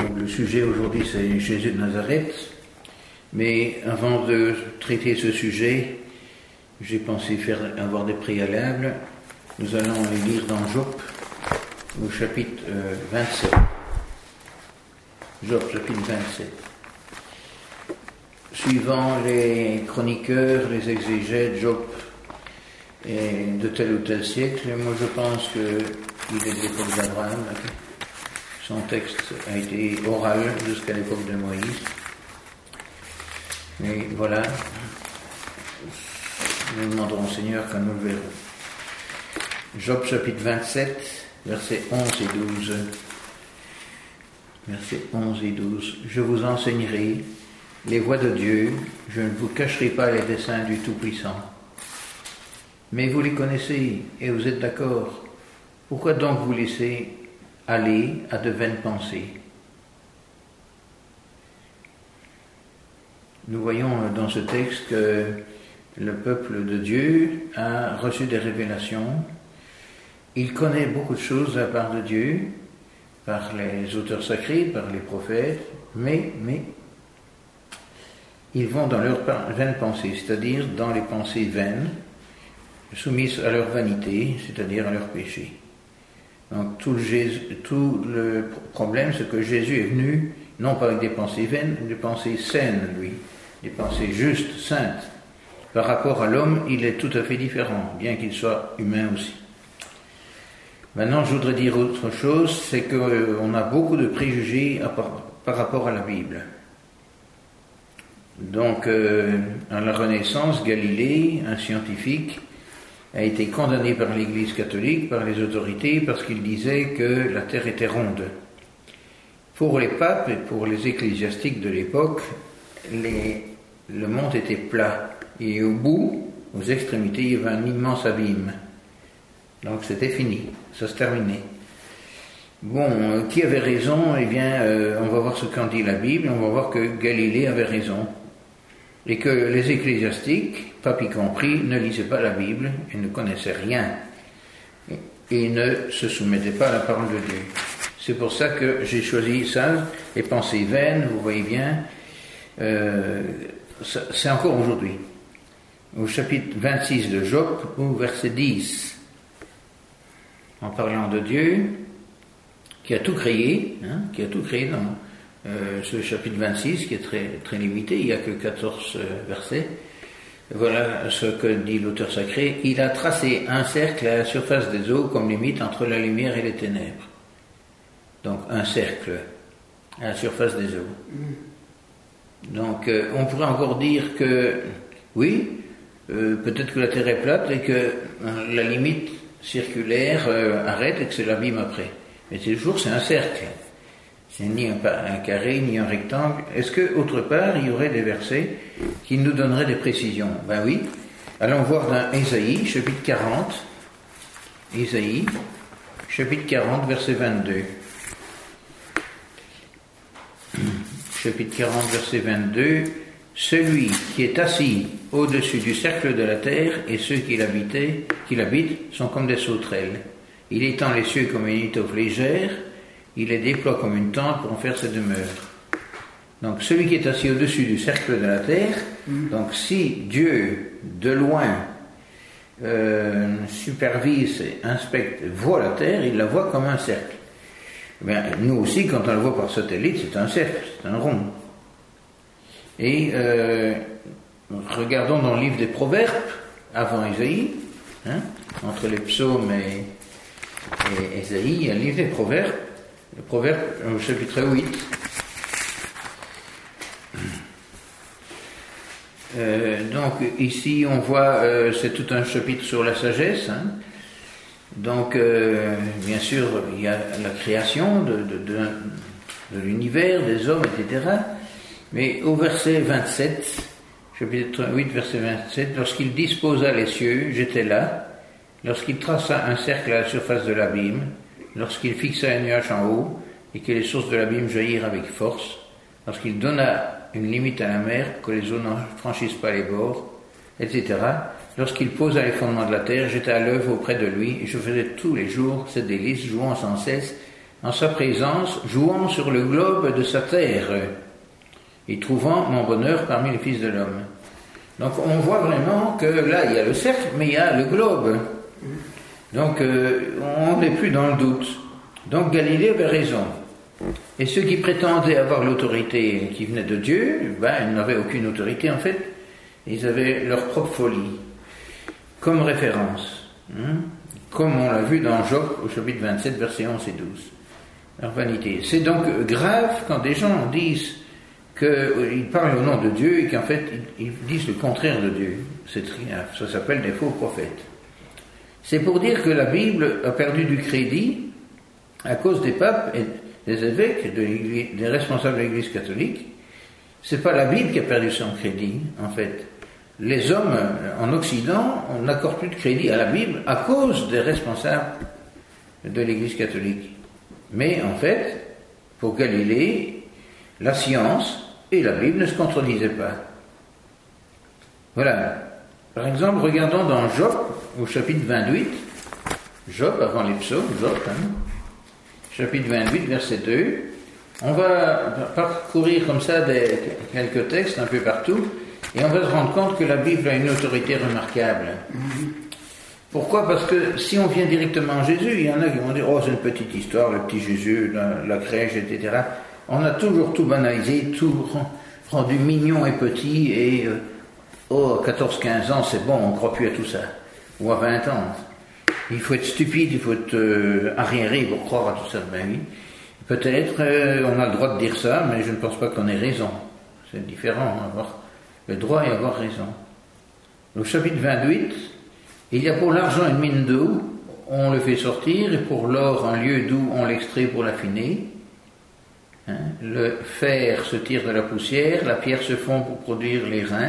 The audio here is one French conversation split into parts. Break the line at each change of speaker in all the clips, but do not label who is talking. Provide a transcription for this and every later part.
Donc le sujet aujourd'hui c'est Jésus de Nazareth, mais avant de traiter ce sujet, j'ai pensé avoir des préalables. Nous allons les lire dans Job, au chapitre 27. Job, chapitre 27. Suivant les chroniqueurs, les exégètes, Job est de tel ou tel siècle. Moi je pense qu'il est de l'époque d'Abraham. Son texte a été oral jusqu'à l'époque de Moïse. Mais voilà, nous demanderons au Seigneur quand nous le verrons. Job chapitre 27, versets 11 et 12. Versets 11 et 12. Je vous enseignerai les voies de Dieu, je ne vous cacherai pas les desseins du Tout-Puissant. Mais vous les connaissez et vous êtes d'accord. Pourquoi donc vous laissez aller à de vaines pensées? Nous voyons dans ce texte que le peuple de Dieu a reçu des révélations. Il connaît beaucoup de choses de la part de Dieu, par les auteurs sacrés, par les prophètes, mais ils vont dans leurs vaines pensées, c'est-à-dire dans les pensées vaines, soumises à leur vanité, c'est-à-dire à leur péché. Donc tout le problème, c'est que Jésus est venu, non pas avec des pensées vaines, mais des pensées saines, lui, des pensées justes, saintes. Par rapport à l'homme, il est tout à fait différent, bien qu'il soit humain aussi. Maintenant, je voudrais dire autre chose, c'est qu'on a beaucoup de préjugés par rapport à la Bible. Donc, à la Renaissance, Galilée, un scientifique, a été condamné par l'Église catholique, par les autorités, parce qu'il disait que la Terre était ronde. Pour les papes et pour les ecclésiastiques de l'époque, le monde était plat. Et au bout, aux extrémités, il y avait un immense abîme. Donc c'était fini, ça se terminait. Bon, qui avait raison? Eh bien, on va voir ce qu'en dit la Bible, on va voir que Galilée avait raison. Et que les ecclésiastiques, papes y compris, ne lisaient pas la Bible et ne connaissaient rien. Et ne se soumettaient pas à la parole de Dieu. C'est pour ça que j'ai choisi ça, les pensées vaines, vous voyez bien, c'est encore aujourd'hui. Au chapitre 26 de Job, au verset 10, en parlant de Dieu, qui a tout créé, dans ce chapitre 26, qui est très, très limité, il n'y a que 14 versets. Voilà ce que dit l'auteur sacré. Il a tracé un cercle à la surface des eaux comme limite entre la lumière et les ténèbres. Donc un cercle à la surface des eaux. Donc on pourrait encore dire que, oui, peut-être que la Terre est plate et que la limite circulaire arrête et que c'est l'abîme après. Mais toujours c'est un cercle. C'est ni un carré, ni un rectangle. Est-ce que autre part, il y aurait des versets qui nous donneraient des précisions? Ben oui. Allons voir dans Ésaïe, chapitre 40. Ésaïe, chapitre 40, verset 22. Chapitre 40, verset 22. Celui qui est assis au-dessus du cercle de la terre et ceux qui l'habitent sont comme des sauterelles. Il étend les cieux comme une étoffe légère. Il les déploie comme une tente pour en faire sa demeure. Donc celui qui est assis au-dessus du cercle de la terre, donc si Dieu de loin supervise, inspecte, voit la terre, il la voit comme un cercle. Bien, nous aussi, quand on le voit par satellite, c'est un cercle, c'est un rond. Et regardons dans le livre des Proverbes, avant Ésaïe, entre les psaumes et Ésaïe, il y a le livre des Proverbes. Le Proverbe au chapitre 8. Donc ici on voit, c'est tout un chapitre sur la sagesse. Donc bien sûr il y a la création de l'univers, des hommes, etc. Mais au verset 27, chapitre 8, verset 27, lorsqu'il disposa les cieux, j'étais là. Lorsqu'il traça un cercle à la surface de l'abîme, lorsqu'il fixa un nuage en haut et que les sources de l'abîme jaillirent avec force, lorsqu'il donna une limite à la mer, que les eaux n'en franchissent pas les bords, etc. Lorsqu'il posa les fondements de la terre, j'étais à l'œuvre auprès de lui et je faisais tous les jours cette délice, jouant sans cesse en sa présence, jouant sur le globe de sa terre et trouvant mon bonheur parmi les fils de l'homme. Donc on voit vraiment que là, il y a le cercle, mais il y a le globe. Donc on n'est plus dans le doute. Donc Galilée avait raison. Et ceux qui prétendaient avoir l'autorité qui venait de Dieu, ils n'avaient aucune autorité en fait. Ils avaient leur propre folie comme référence. Comme on l'a vu dans Job au chapitre 27, versets 11 et 12. Leur vanité. C'est donc grave quand des gens disent qu'ils parlent au nom de Dieu et qu'en fait ils disent le contraire de Dieu. C'est grave. Ça s'appelle des faux prophètes. C'est pour dire que la Bible a perdu du crédit à cause des papes et des évêques, des responsables de l'Église catholique. C'est pas la Bible qui a perdu son crédit, en fait. Les hommes en Occident, on n'accorde plus de crédit à la Bible à cause des responsables de l'Église catholique. Mais en fait, pour Galilée, la science et la Bible ne se contredisaient pas. Voilà. Par exemple, regardons dans Job, au chapitre 28, Job, avant les psaumes, Job, chapitre 28, verset 2. On va parcourir comme ça quelques textes un peu partout, et on va se rendre compte que la Bible a une autorité remarquable. Pourquoi ? Parce que si on vient directement à Jésus, il y en a qui vont dire « Oh, c'est une petite histoire, le petit Jésus, la crèche, etc. » On a toujours tout banalisé, tout rendu mignon et petit, et à 14-15 ans, c'est bon, on ne croit plus à tout ça. Ou à 20 ans. Il faut être stupide, il faut être arriéré pour croire à tout ça. Ben oui. Peut-être on a le droit de dire ça, mais je ne pense pas qu'on ait raison. C'est différent, avoir le droit et avoir raison. Au chapitre 28, il y a pour l'argent une mine d'eau, on le fait sortir, et pour l'or un lieu d'où on l'extrait pour l'affiner. Le fer se tire de la poussière, la pierre se fond pour produire les reins.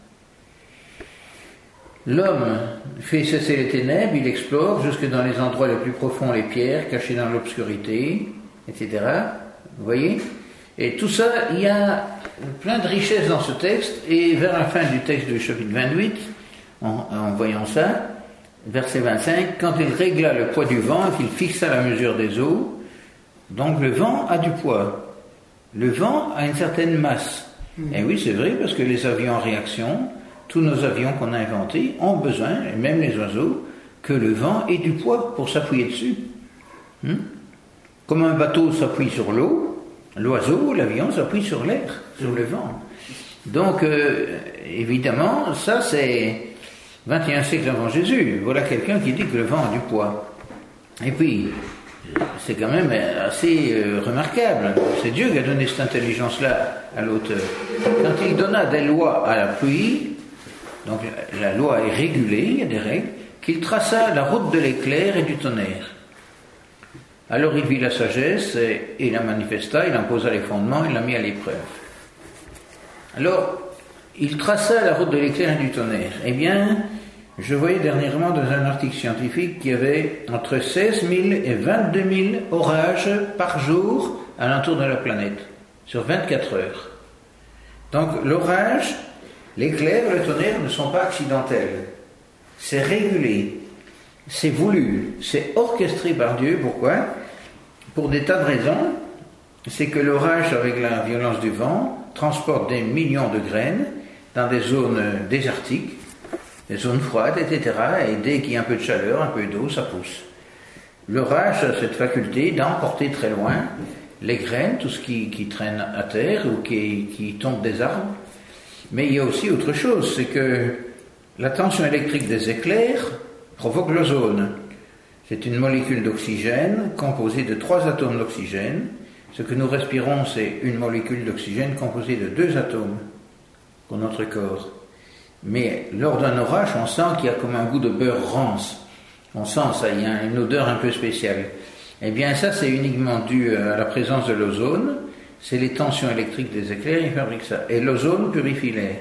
L'homme fait cesser les ténèbres, il explore jusque dans les endroits les plus profonds les pierres cachées dans l'obscurité, etc. Vous voyez ? Et tout ça, il y a plein de richesses dans ce texte, et vers la fin du texte du chapitre 28, en voyant ça, verset 25, quand il régla le poids du vent et qu'il fixa la mesure des eaux, donc le vent a du poids. Le vent a une certaine masse. Et oui, c'est vrai, parce que les avions en réaction, tous nos avions qu'on a inventés ont besoin, et même les oiseaux, que le vent ait du poids pour s'appuyer dessus. Comme un bateau s'appuie sur l'eau, l'oiseau, l'avion s'appuie sur l'air, sur le vent. Donc, évidemment, ça c'est 21 siècles avant Jésus. Voilà quelqu'un qui dit que le vent a du poids. Et puis, c'est quand même assez remarquable. C'est Dieu qui a donné cette intelligence-là à l'auteur. Quand il donna des lois à la pluie, donc la loi est régulée, il y a des règles, qu'il traça la route de l'éclair et du tonnerre. Alors il vit la sagesse et la manifesta, il en posa les fondements, il l'a mis à l'épreuve. Alors, il traça la route de l'éclair et du tonnerre. Eh bien, je voyais dernièrement dans un article scientifique qu'il y avait entre 16 000 et 22 000 orages par jour à l'entour de la planète, sur 24 heures. Donc l'orage, l'éclair et le tonnerre ne sont pas accidentels. C'est régulé, c'est voulu, c'est orchestré par Dieu. Pourquoi ? Pour des tas de raisons. C'est que l'orage, avec la violence du vent, transporte des millions de graines dans des zones désertiques, des zones froides, etc. Et dès qu'il y a un peu de chaleur, un peu d'eau, ça pousse. L'orage a cette faculté d'emporter très loin les graines, tout ce qui traîne à terre ou qui tombe des arbres. Mais il y a aussi autre chose, c'est que la tension électrique des éclairs provoque l'ozone. C'est une molécule d'oxygène composée de 3 atomes d'oxygène. Ce que nous respirons, c'est une molécule d'oxygène composée de 2 atomes pour notre corps. Mais lors d'un orage, on sent qu'il y a comme un goût de beurre rance. On sent ça, il y a une odeur un peu spéciale. Eh bien ça, c'est uniquement dû à la présence de l'ozone. C'est les tensions électriques des éclairs qui fabriquent ça. Et l'ozone purifie l'air.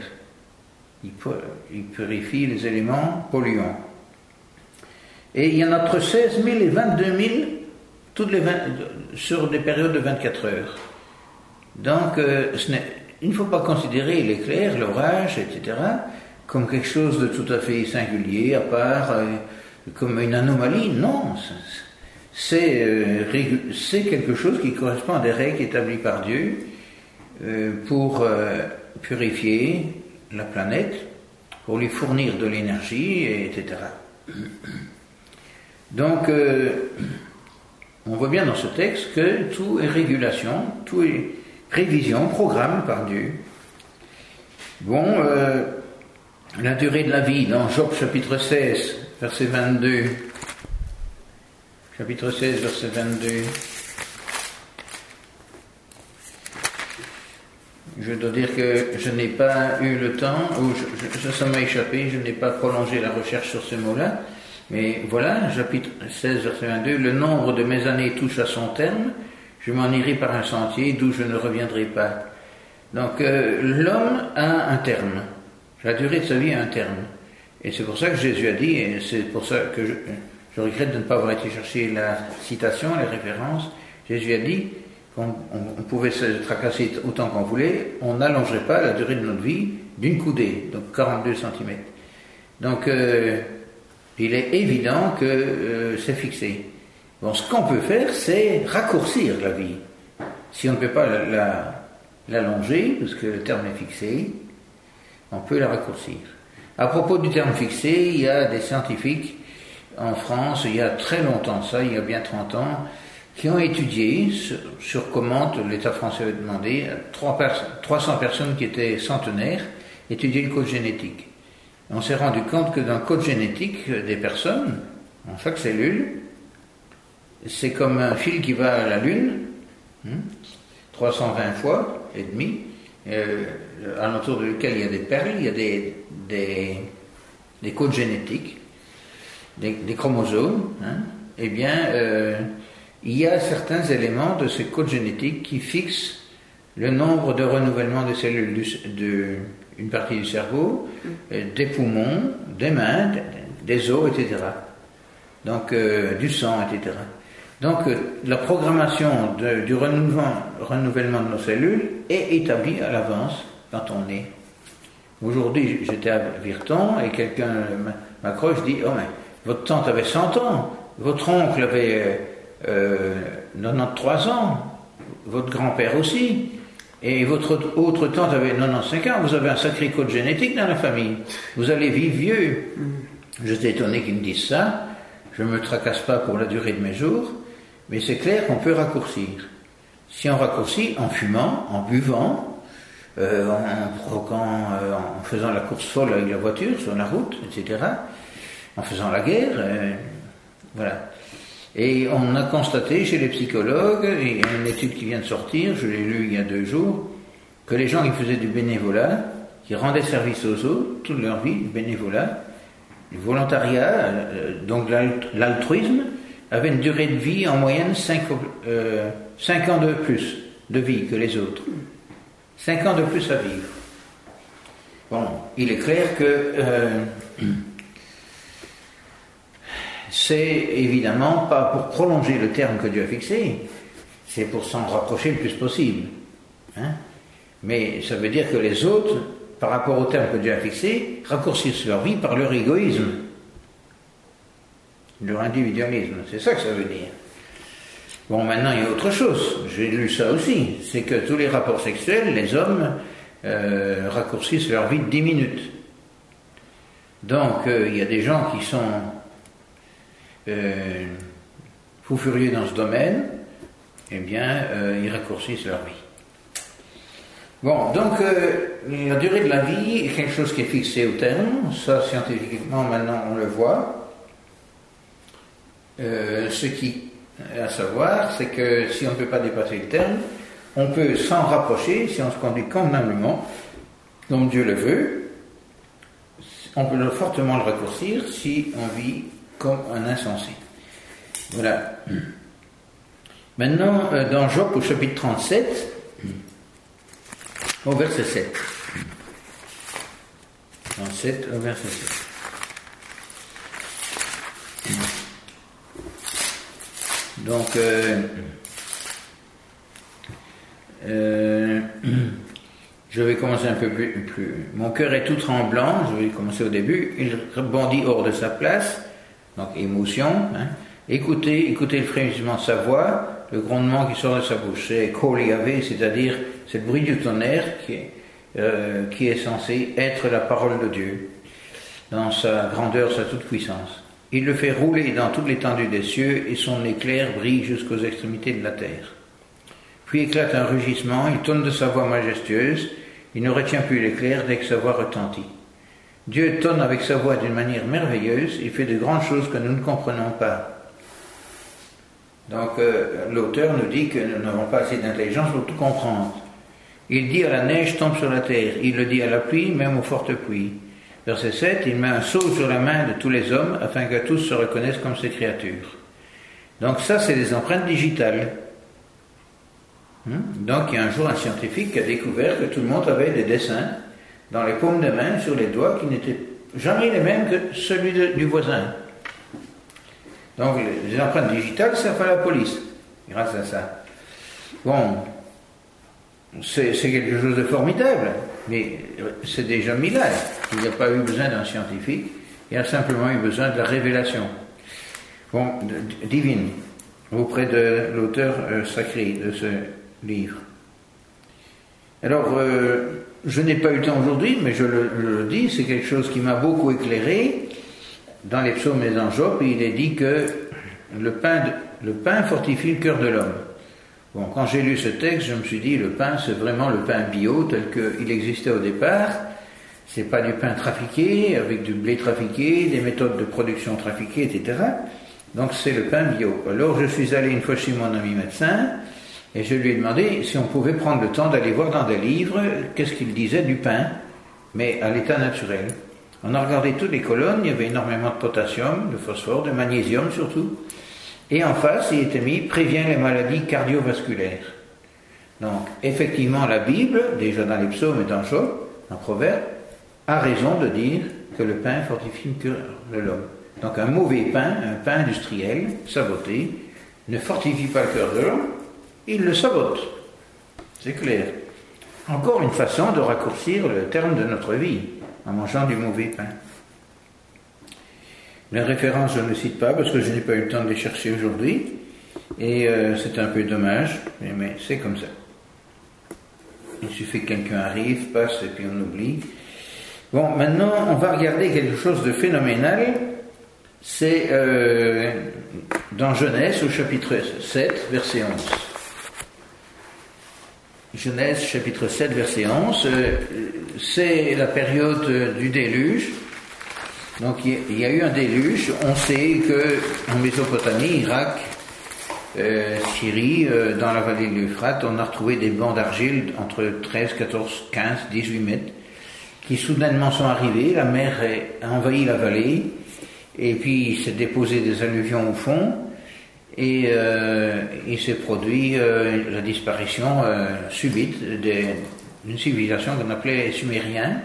Il purifie les éléments polluants. Et il y en a entre 16 000 et 22 000 sur des périodes de 24 heures. Donc, il ne faut pas considérer l'éclair, l'orage, etc., comme quelque chose de tout à fait singulier, à part, comme une anomalie. Non, c'est quelque chose qui correspond à des règles établies par Dieu pour purifier la planète, pour lui fournir de l'énergie, etc. Donc, on voit bien dans ce texte que tout est régulation, tout est prévision, programme par Dieu. Bon, la durée de la vie, dans Job chapitre 16, verset 22. Chapitre 16, verset 22. Je dois dire que je n'ai pas eu le temps, ou ça m'a échappé, je n'ai pas prolongé la recherche sur ce mot-là. Mais voilà, chapitre 16, verset 22, le nombre de mes années touche à son terme, je m'en irai par un sentier d'où je ne reviendrai pas. Donc l'homme a un terme, la durée de sa vie a un terme. Et c'est pour ça que Jésus a dit, et c'est pour ça que je regrette de ne pas avoir été chercher la citation, les références, Jésus a dit qu'on pouvait se tracasser autant qu'on voulait, on n'allongerait pas la durée de notre vie d'une coudée, donc 42 cm. Donc il est évident que c'est fixé. Bon, ce qu'on peut faire, c'est raccourcir la vie. Si on ne peut pas l'allonger, parce que le terme est fixé, on peut la raccourcir. À propos du terme fixé, il y a des scientifiques en France, il y a très longtemps ça, il y a bien 30 ans, qui ont étudié sur comment l'État français avait demandé à 300 personnes qui étaient centenaires, étudier le code génétique. On s'est rendu compte que dans le code génétique des personnes, en chaque cellule, c'est comme un fil qui va à la Lune, 320 fois et demi, alentour de lequel il y a des perles, il y a des codes génétiques, des chromosomes. Eh bien, il y a certains éléments de ces codes génétiques qui fixent le nombre de renouvellements des cellules une partie du cerveau, des poumons, des mains, des os, etc. Donc, du sang, etc. Donc, la programmation du renouvellement de nos cellules est établie à l'avance quand on est. Aujourd'hui, j'étais à Virton et quelqu'un m'accroche, dit « Oh, mais votre tante avait 100 ans, votre oncle avait 93 ans, votre grand-père aussi. Et votre autre tante avait 95 ans, vous avez un sacré code génétique dans la famille. Vous allez vivre vieux. » J'étais étonné qu'ils me disent ça. Je ne me tracasse pas pour la durée de mes jours, mais c'est clair qu'on peut raccourcir. Si on raccourcit en fumant, en buvant, en provoquant, en faisant la course folle avec la voiture sur la route, etc., en faisant la guerre, voilà. Et on a constaté chez les psychologues, et il y a une étude qui vient de sortir, je l'ai lue il y a 2 jours, que les gens qui faisaient du bénévolat, qui rendaient service aux autres toute leur vie, du bénévolat, du volontariat, donc l'altruisme, avaient une durée de vie en moyenne 5 ans de plus de vie que les autres. 5 ans de plus à vivre. Bon, il est clair que c'est évidemment pas pour prolonger le terme que Dieu a fixé, c'est pour s'en rapprocher le plus possible. Mais ça veut dire que les autres, par rapport au terme que Dieu a fixé, raccourcissent leur vie par leur égoïsme, leur individualisme. C'est ça que ça veut dire. Bon, maintenant, il y a autre chose. J'ai lu ça aussi. C'est que tous les rapports sexuels, les hommes raccourcissent leur vie de 10 minutes. Donc, il y a des gens qui sont fous furieux dans ce domaine, eh bien, ils raccourcissent leur vie. Bon, donc, la durée de la vie est quelque chose qui est fixé au terme. Ça, scientifiquement, maintenant, on le voit. Ce qui est à savoir, c'est que si on ne peut pas dépasser le terme, on peut s'en rapprocher si on se conduit convenablement, comme Dieu le veut. On peut fortement le raccourcir si on vit comme un insensé. Voilà. Maintenant, dans Job au chapitre 37, au verset 7. 37 au verset 7. Donc, je vais commencer un peu plus. Mon cœur est tout tremblant, je vais commencer au début. Il rebondit hors de sa place, donc émotion, écoutez le frémissement de sa voix, le grondement qui sort de sa bouche. C'est Kol Yahvé, c'est-à-dire c'est le bruit du tonnerre qui est censé être la parole de Dieu, dans sa grandeur, sa toute-puissance. Il le fait rouler dans toute l'étendue des cieux, et son éclair brille jusqu'aux extrémités de la terre. Puis éclate un rugissement, il tonne de sa voix majestueuse, il ne retient plus l'éclair dès que sa voix retentit. Dieu tonne avec sa voix d'une manière merveilleuse, il fait de grandes choses que nous ne comprenons pas. Donc l'auteur nous dit que nous n'avons pas assez d'intelligence pour tout comprendre. Il dit à la neige, tombe sur la terre, il le dit à la pluie, même aux fortes pluies. Verset 7, il met un sceau sur la main de tous les hommes, afin que tous se reconnaissent comme ses créatures. Donc ça, c'est des empreintes digitales. Donc il y a un jour un scientifique qui a découvert que tout le monde avait des dessins dans les paumes de main, sur les doigts, qui n'étaient jamais les mêmes que celui du voisin. Donc les empreintes digitales servent à la police, grâce à ça. Bon, c'est quelque chose de formidable, mais c'est déjà mis là. Il n'y a pas eu besoin d'un scientifique, il a simplement eu besoin de la révélation. Bon, divine, auprès de l'auteur sacré de ce livre. Alors, je n'ai pas eu le temps aujourd'hui, mais je le dis, c'est quelque chose qui m'a beaucoup éclairé. Dans les psaumes et dans Job, il est dit que le pain fortifie le cœur de l'homme. Bon, quand j'ai lu ce texte, je me suis dit, le pain, c'est vraiment le pain bio tel qu'il existait au départ. C'est pas du pain trafiqué, avec du blé trafiqué, des méthodes de production trafiquées, etc. Donc c'est le pain bio. Alors je suis allé une fois chez mon ami médecin, et je lui ai demandé si on pouvait prendre le temps d'aller voir dans des livres qu'est-ce qu'il disait du pain, mais à l'état naturel. On a regardé toutes les colonnes, il y avait énormément de potassium, de phosphore, de magnésium surtout. Et en face, il était mis « prévient les maladies cardiovasculaires ». Donc, effectivement, la Bible, déjà dans les psaumes et dans Job, en Proverbe, a raison de dire que le pain fortifie le cœur de l'homme. Donc, un mauvais pain, un pain industriel, saboté, ne fortifie pas le cœur de l'homme, il le sabote. C'est clair. Encore une façon de raccourcir le terme de notre vie, en mangeant du mauvais pain. Les références, je ne cite pas parce que je n'ai pas eu le temps de les chercher aujourd'hui. Et c'est un peu dommage, mais c'est comme ça. Il suffit que quelqu'un arrive, passe et puis on oublie. Bon, maintenant, on va regarder quelque chose de phénoménal. C'est dans Genèse, au chapitre 7, verset 11. Genèse, chapitre 7, verset 11. C'est la période du déluge. Donc il y a eu un déluge. On sait qu'en Mésopotamie, Irak, Syrie, dans la vallée de l'Euphrate, on a retrouvé des bancs d'argile entre 13, 14, 15, 18 mètres qui soudainement sont arrivés. La mer a envahi la vallée et puis il s'est déposé des alluvions au fond et il s'est produit la disparition subite d'une civilisation qu'on appelait les Sumériens.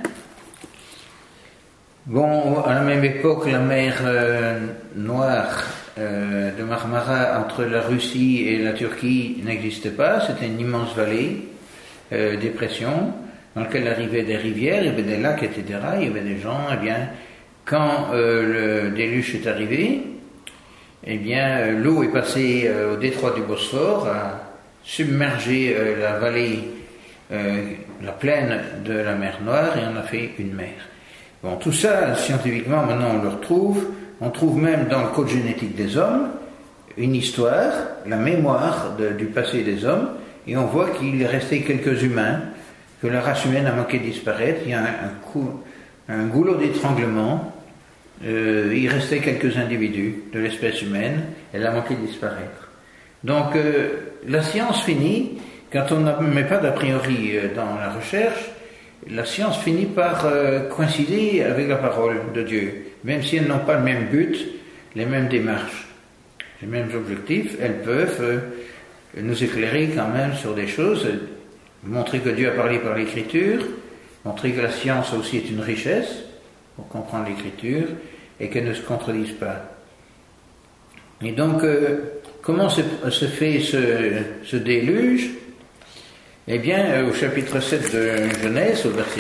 Bon, à la même époque, la mer Noire de Marmara entre la Russie et la Turquie n'existait pas. C'était une immense vallée, dépression, dans laquelle arrivaient des rivières, il y avait des lacs, etc. Il y avait des gens. Eh bien, quand le déluge est arrivé, eh bien, l'eau est passée au détroit du Bosphore, a submergé la vallée, la plaine de la mer Noire, et on a fait une mer. Bon, tout ça, scientifiquement, maintenant on le retrouve. On trouve même dans le code génétique des hommes une histoire, la mémoire du passé des hommes, et on voit qu'il est resté quelques humains, que la race humaine a manqué de disparaître. Il y a un goulot d'étranglement, il restait quelques individus de l'espèce humaine, elle a manqué de disparaître. Donc la science finit, quand on ne met pas d'a priori dans la recherche, la science finit par coïncider avec la parole de Dieu. Même si elles n'ont pas le même but, les mêmes démarches, les mêmes objectifs, elles peuvent nous éclairer quand même sur des choses, montrer que Dieu a parlé par l'Écriture, montrer que la science aussi est une richesse pour comprendre l'Écriture et qu'elle ne se contredise pas. Et donc, comment se fait ce déluge ? Eh bien, au chapitre 7 de Genèse, au verset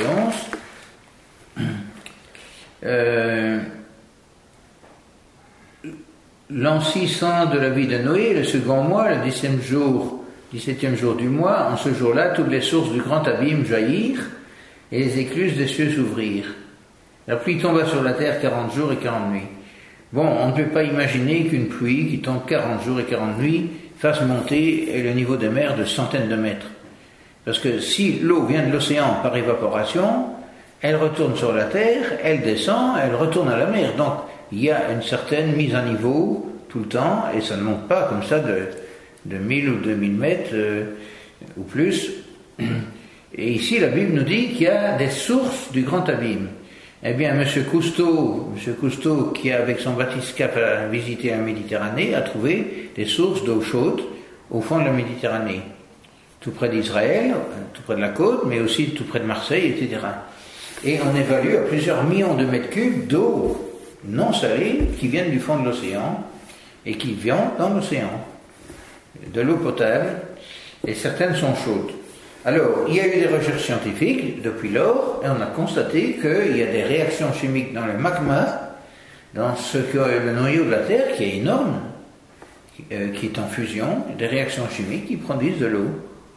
11, l'an 600 de la vie de Noé, le second mois, le 17e jour du mois, en ce jour-là, toutes les sources du grand abîme jaillirent et les écluses des cieux s'ouvrirent. La pluie tomba sur la terre 40 jours et 40 nuits. Bon, on ne peut pas imaginer qu'une pluie qui tombe 40 jours et 40 nuits fasse monter le niveau des mers de centaines de mètres. Parce que si l'eau vient de l'océan par évaporation, elle retourne sur la terre, elle descend, elle retourne à la mer. Donc, il y a une certaine mise à niveau tout le temps, et ça ne monte pas comme ça de 1000 ou 2000 mètres ou plus. Et ici, la Bible nous dit qu'il y a des sources du grand abîme. Eh bien, M. Cousteau, qui avec son bathyscaphe a visité la Méditerranée, a trouvé des sources d'eau chaude au fond de la Méditerranée, tout près d'Israël, tout près de la côte, mais aussi tout près de Marseille, etc. Et on évalue à plusieurs millions de mètres cubes d'eau non salée qui viennent du fond de l'océan et qui viennent dans l'océan, de l'eau potable, et certaines sont chaudes. Alors, il y a eu des recherches scientifiques depuis lors, et on a constaté qu'il y a des réactions chimiques dans le magma, dans le noyau de la Terre, qui est énorme, qui est en fusion, des réactions chimiques qui produisent de l'eau.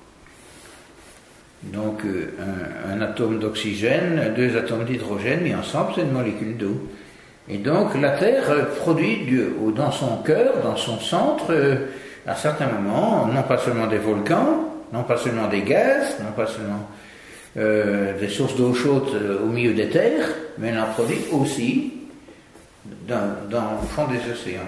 Donc, un atome d'oxygène, 2 atomes d'hydrogène mis ensemble, c'est une molécule d'eau. Et donc, la Terre produit dans son cœur, dans son centre, à certains moments, non pas seulement des volcans, non pas seulement des gaz, non pas seulement des sources d'eau chaude au milieu des terres, mais elle en produit aussi dans le fond des océans.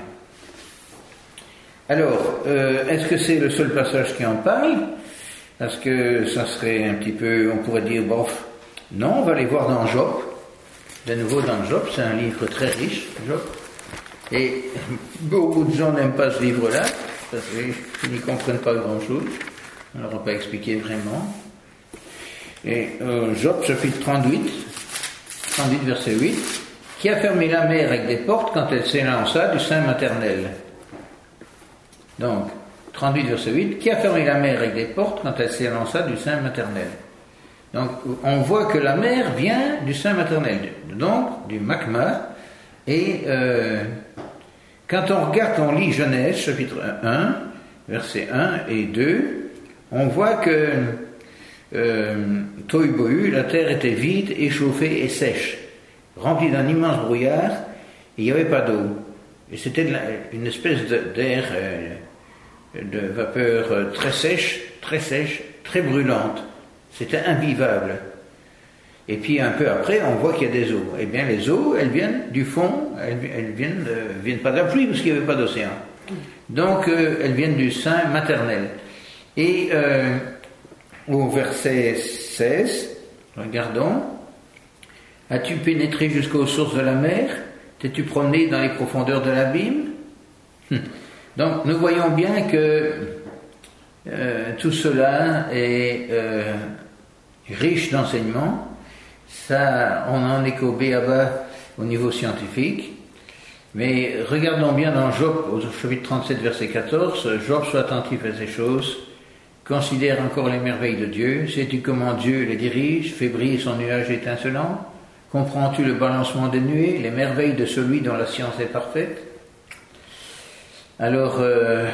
Alors, est-ce que c'est le seul passage qui en parle? Parce que ça serait un petit peu, on pourrait dire, bof. Non, on va aller voir dans Job. De nouveau dans Job, c'est un livre très riche, Job. Et beaucoup de gens n'aiment pas ce livre-là, parce qu'ils n'y comprennent pas grand-chose. On ne l'aura pas expliqué vraiment. Et Job, chapitre 38, verset 8, qui a fermé la mer avec des portes quand elle s'élança du sein maternel. Donc, 38, verset 8, qui a fermé la mer avec des portes quand elle s'élança du sein maternel. Donc, on voit que la mer vient du sein maternel, donc du magma. Et quand on lit Genèse, chapitre 1, versets 1 et 2, on voit que Tohu Bohu, la terre était vide, échauffée et sèche, remplie d'un immense brouillard, et il n'y avait pas d'eau. Et c'était une espèce d'air, de vapeur très sèche, très brûlante. C'était invivable. Et puis un peu après, on voit qu'il y a des eaux. Eh bien, les eaux, elles viennent du fond, elles viennent pas de la pluie, parce qu'il n'y avait pas d'océan. Donc, elles viennent du sein maternel. Et au verset 16, regardons, as-tu pénétré jusqu'aux sources de la mer? T'es-tu promené dans les profondeurs de l'abîme? Donc nous voyons bien que tout cela est riche d'enseignements. Ça, on en est qu'au béaba au niveau scientifique. Mais regardons bien dans Job, au chapitre 37, verset 14, Job soit attentif à ces choses. Considère encore les merveilles de Dieu. Sais-tu comment Dieu les dirige, fait briller son nuage étincelant? Comprends-tu le balancement des nuées, les merveilles de celui dont la science est parfaite? Alors,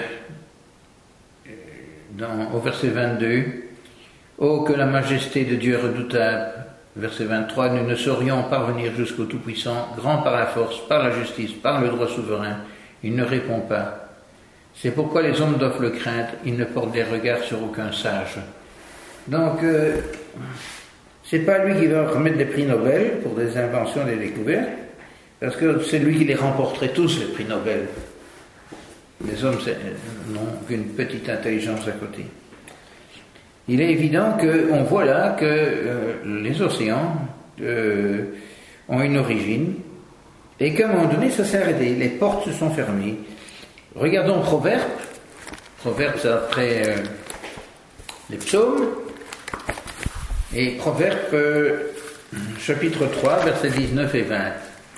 au verset 22, oh, que la majesté de Dieu est redoutable. Verset 23, nous ne saurions parvenir jusqu'au Tout-Puissant, grand par la force, par la justice, par le droit souverain. Il ne répond pas. C'est pourquoi les hommes doivent le craindre, ils ne portent des regards sur aucun sage. Donc, c'est pas lui qui va remettre des prix Nobel pour des inventions et des découvertes, parce que c'est lui qui les remporterait tous, les prix Nobel. Les hommes n'ont qu'une petite intelligence à côté. Il est évident qu'on voit là que les océans ont une origine, et qu'à un moment donné, ça s'est arrêté. Les portes se sont fermées. Regardons Proverbes. Proverbes, c'est après les psaumes. Et Proverbes, chapitre 3, versets 19 et 20.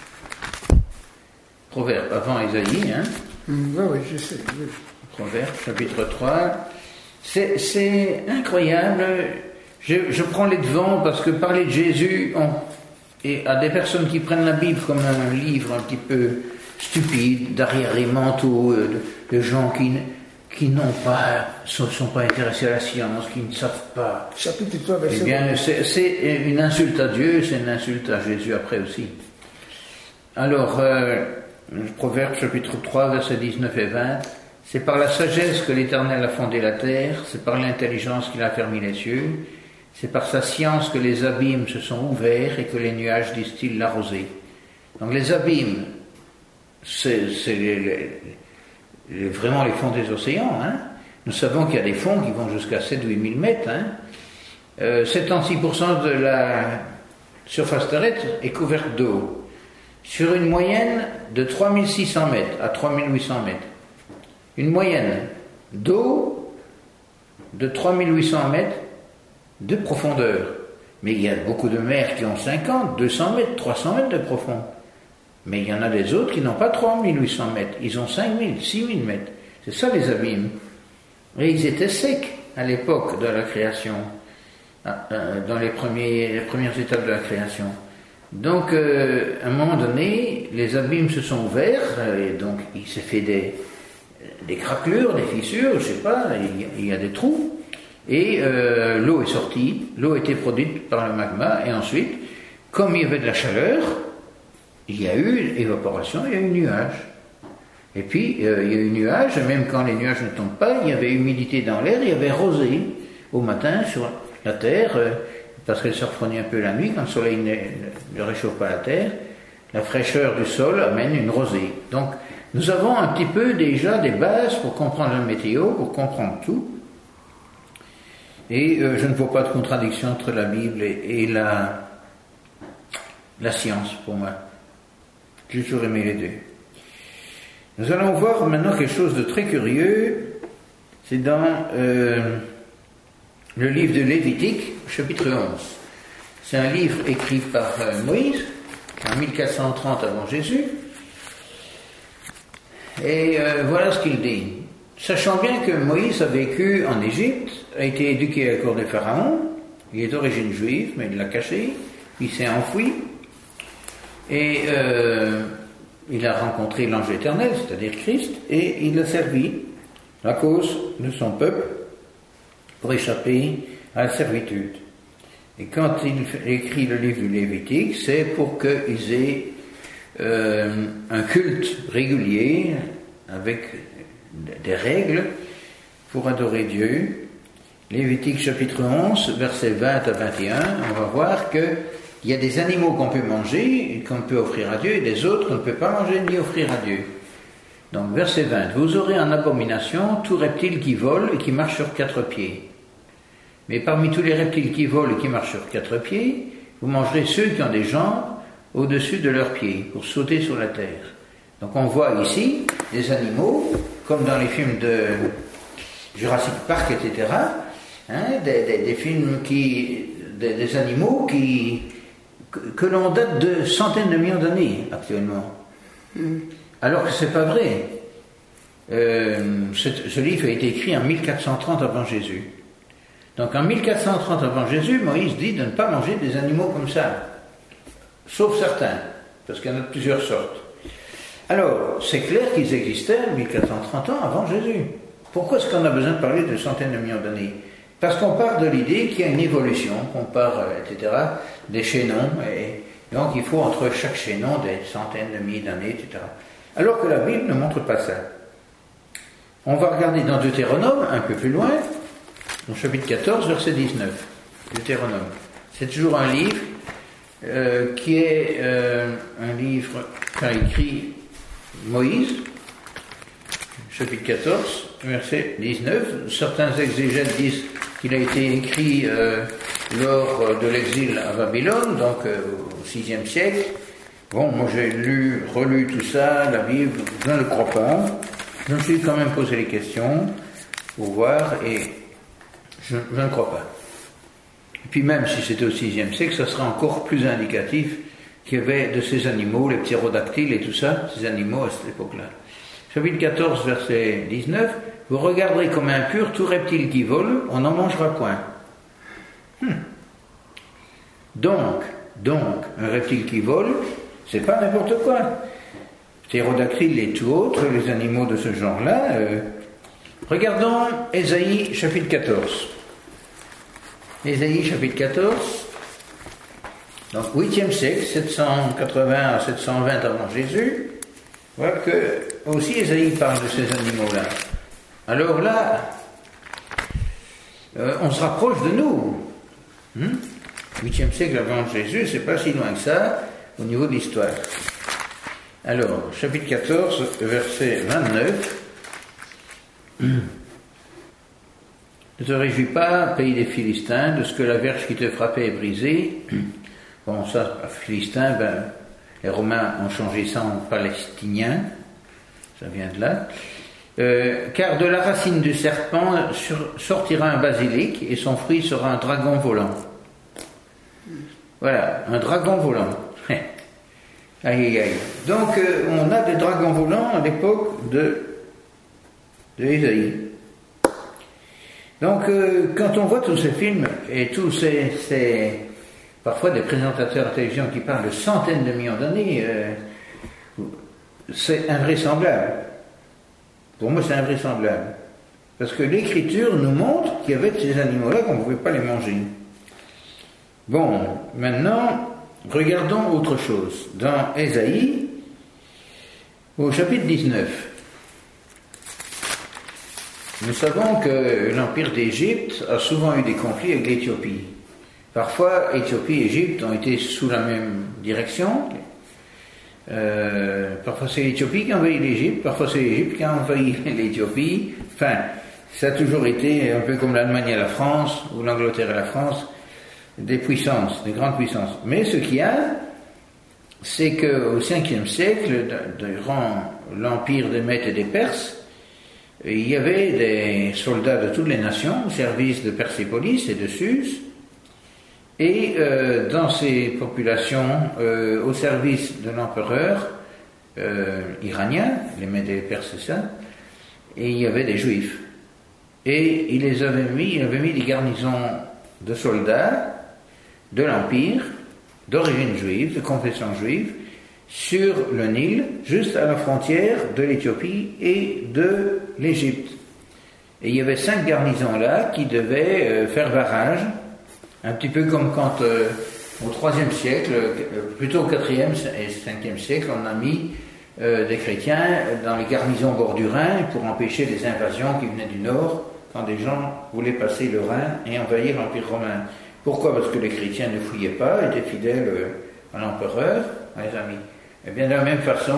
Proverbes, avant Isaïe, hein.
Oui, je sais. Oui.
Proverbes, chapitre 3. C'est incroyable. Je prends les devants parce que parler de Jésus et à des personnes qui prennent la Bible comme un livre un petit peu stupides, d'arriérés mentaux, de gens qui n'ont pas, sont pas intéressés à la science, qui ne savent pas.
Chapitre 3, verset
Eh bien, c'est une insulte à Dieu, c'est une insulte à Jésus après aussi. Alors, Proverbe chapitre 3, versets 19 et 20, c'est par la sagesse que l'Éternel a fondé la terre, c'est par l'intelligence qu'il a fermé les cieux, c'est par sa science que les abîmes se sont ouverts et que les nuages distillent la rosée. Donc les abîmes, c'est vraiment les fonds des océans. Hein. Nous savons qu'il y a des fonds qui vont jusqu'à 7 ou 8 000 mètres. Hein. 76% de la surface terrestre est couverte d'eau, sur une moyenne de 3600 mètres à 3800 mètres. Une moyenne d'eau de 3800 mètres de profondeur. Mais il y a beaucoup de mers qui ont 50, 200 mètres, 300 mètres de profond. Mais il y en a des autres qui n'ont pas 3800 mètres. Ils ont 5000, 6000 mètres. C'est ça les abîmes. Et ils étaient secs à l'époque de la création, dans les premières étapes de la création. Donc, à un moment donné, les abîmes se sont ouverts, et donc il s'est fait des craquelures, des fissures, je sais pas, il y a des trous. Et l'eau est sortie, l'eau a été produite par le magma, et ensuite, comme il y avait de la chaleur, il y a eu évaporation, il y a eu nuage. Et puis, il y a eu nuage, et même quand les nuages ne tombent pas, il y avait humidité dans l'air, il y avait rosée au matin sur la terre, parce qu'elle se refroidit un peu la nuit, quand le soleil ne réchauffe pas la terre, la fraîcheur du sol amène une rosée. Donc, nous avons un petit peu déjà des bases pour comprendre la météo, pour comprendre tout. Et je ne vois pas de contradiction entre la Bible et la science, pour moi. J'ai toujours aimé les deux. Nous allons voir maintenant quelque chose de très curieux. C'est dans le livre de Lévitique, chapitre 11. C'est un livre écrit par Moïse, en 1430 avant Jésus. Et voilà ce qu'il dit. Sachant bien que Moïse a vécu en Égypte, a été éduqué à la cour de Pharaon, il est d'origine juive, mais il l'a caché, il s'est enfoui, et il a rencontré l'ange éternel, c'est-à-dire Christ, et il a servi la cause de son peuple pour échapper à la servitude. Et quand il écrit le livre du Lévitique, c'est pour qu'ils aient un culte régulier, avec des règles pour adorer Dieu. Lévitique chapitre 11, versets 20 à 21, on va voir qu'il y a des animaux qu'on peut manger et qu'on peut offrir à Dieu, et des autres qu'on ne peut pas manger ni offrir à Dieu. Donc verset 20, vous aurez en abomination tout reptile qui vole et qui marche sur 4 pieds. Mais parmi tous les reptiles qui volent et qui marchent sur 4 pieds, vous mangerez ceux qui ont des jambes au-dessus de leurs pieds pour sauter sur la terre. Donc on voit ici des animaux, comme dans les films de Jurassic Park, etc., hein, des films des animaux que l'on date de centaines de millions d'années actuellement. Alors que c'est pas vrai. Ce livre a été écrit en 1430 avant Jésus. Donc en 1430 avant Jésus, Moïse dit de ne pas manger des animaux comme ça, sauf certains, parce qu'il y en a de plusieurs sortes. Alors, c'est clair qu'ils existaient 1430 ans avant Jésus. Pourquoi est-ce qu'on a besoin de parler de centaines de millions d'années? Parce qu'on part de l'idée qu'il y a une évolution, qu'on part, etc., des chaînons, et donc il faut entre chaque chaînon des centaines de milliers d'années, etc. Alors que la Bible ne montre pas ça. On va regarder dans Deutéronome, un peu plus loin, au chapitre 14, verset 19. Deutéronome. C'est toujours un livre qui est un livre qu'a écrit Moïse, chapitre 14, verset 19. Certains exégètes disent qu'il a été écrit lors de l'exil à Babylone, donc au VIe siècle. Bon, moi j'ai relu tout ça, la Bible, je ne le crois pas. Je me suis quand même posé les questions pour voir, et je ne crois pas. Et puis même si c'était au VIe siècle, ça sera encore plus indicatif qu'il y avait de ces animaux, les ptérodactyles et tout ça, ces animaux à cette époque-là. Chapitre 14, verset 19, vous regarderez comme impur tout reptile qui vole, on n'en mangera point. Donc, un reptile qui vole, c'est pas n'importe quoi. ptérodactyles et tout autre, les animaux de ce genre-là. Regardons Ésaïe chapitre 14. Ésaïe chapitre 14, donc 8e siècle, 780 à 720 avant Jésus. Voilà que aussi Ésaïe parle de ces animaux-là. Alors là, on se rapproche de nous. 8e siècle avant Jésus, c'est pas si loin que ça au niveau de l'histoire. Alors, chapitre 14, verset 29. Ne te réjouis pas, pays des Philistins, de ce que la verge qui te frappait est brisée. Bon, ça, Philistins, les Romains ont changé ça en Palestiniens. Ça vient de là. Car de la racine du serpent sortira un basilic et son fruit sera un dragon volant. Voilà, un dragon volant. Aïe, aïe, aïe. Donc, on a des dragons volants à l'époque de Ésaïe. Donc, quand on voit tous ces films et tous ces parfois des présentateurs de télévision qui parlent de centaines de millions d'années, c'est invraisemblable. Pour moi, c'est invraisemblable. Parce que l'Écriture nous montre qu'il y avait ces animaux-là qu'on ne pouvait pas les manger. Bon, maintenant, regardons autre chose. Dans Ésaïe, au chapitre 19, nous savons que l'Empire d'Égypte a souvent eu des conflits avec l'Éthiopie. Parfois, Éthiopie et Égypte ont été sous la même direction. Parfois c'est l'Éthiopie qui a envahi l'Égypte, parfois c'est l'Égypte qui a envahi l'Éthiopie. Enfin, ça a toujours été un peu comme l'Allemagne et la France, ou l'Angleterre et la France, des puissances, des grandes puissances. Mais ce qu'il y a, c'est qu'au 5e siècle, durant l'empire des Mèdes et des Perses, il y avait des soldats de toutes les nations au service de Persépolis et de Suse, et dans ces populations, au service de l'empereur iranien, les Mèdes et les Perses, c'est ça, et il y avait des Juifs. Et il avait mis des garnisons de soldats de l'Empire, d'origine juive, de confession juive, sur le Nil, juste à la frontière de l'Éthiopie et de l'Égypte. Et il y avait 5 garnisons là qui devaient faire barrage, un petit peu comme quand au IIIe siècle, plutôt au IVe et Ve siècle, on a mis des chrétiens dans les garnisons au bord du Rhin pour empêcher les invasions qui venaient du nord quand des gens voulaient passer le Rhin et envahir l'Empire romain. Pourquoi? Parce que les chrétiens ne fouillaient pas, étaient fidèles à l'empereur, les amis. Et bien de la même façon,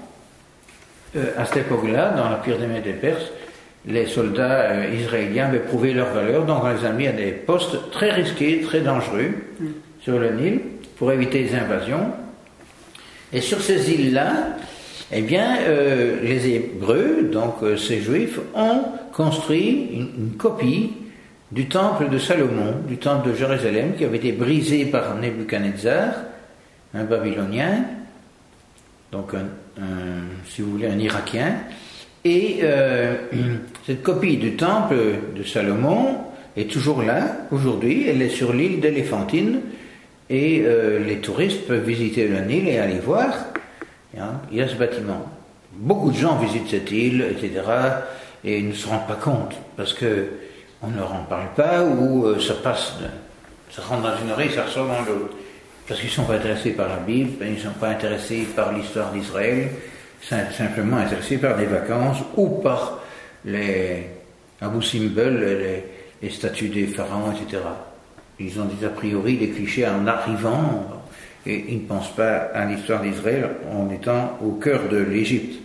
à cette époque-là, dans l'Empire des Mèdes et des Perses, les soldats israéliens avaient prouvé leur valeur, donc on les a mis à des postes très risqués, très dangereux, sur le Nil, pour éviter les invasions. Et sur ces îles-là, eh bien, les Hébreux, donc ces Juifs, ont construit une copie du temple de Salomon, du temple de Jérusalem, qui avait été brisé par Nebuchadnezzar, un Babylonien, donc si vous voulez, un Irakien. Et cette copie du temple de Salomon est toujours là, aujourd'hui. Elle est sur l'île d'Éléphantine, et les touristes peuvent visiter le Nil et aller voir. Hein, il y a ce bâtiment. Beaucoup de gens visitent cette île, etc., et ils ne se rendent pas compte, parce que on ne leur en parle pas, ou ça rentre dans une oreille, ça ressort dans l'autre. Parce qu'ils ne sont pas intéressés par la Bible, ils ne sont pas intéressés par l'histoire d'Israël, simplement intéressés par des vacances ou par les Abu Simbel, les statues des pharaons, etc. Ils ont des a priori, des clichés en arrivant, et ils ne pensent pas à l'histoire d'Israël en étant au cœur de l'Égypte.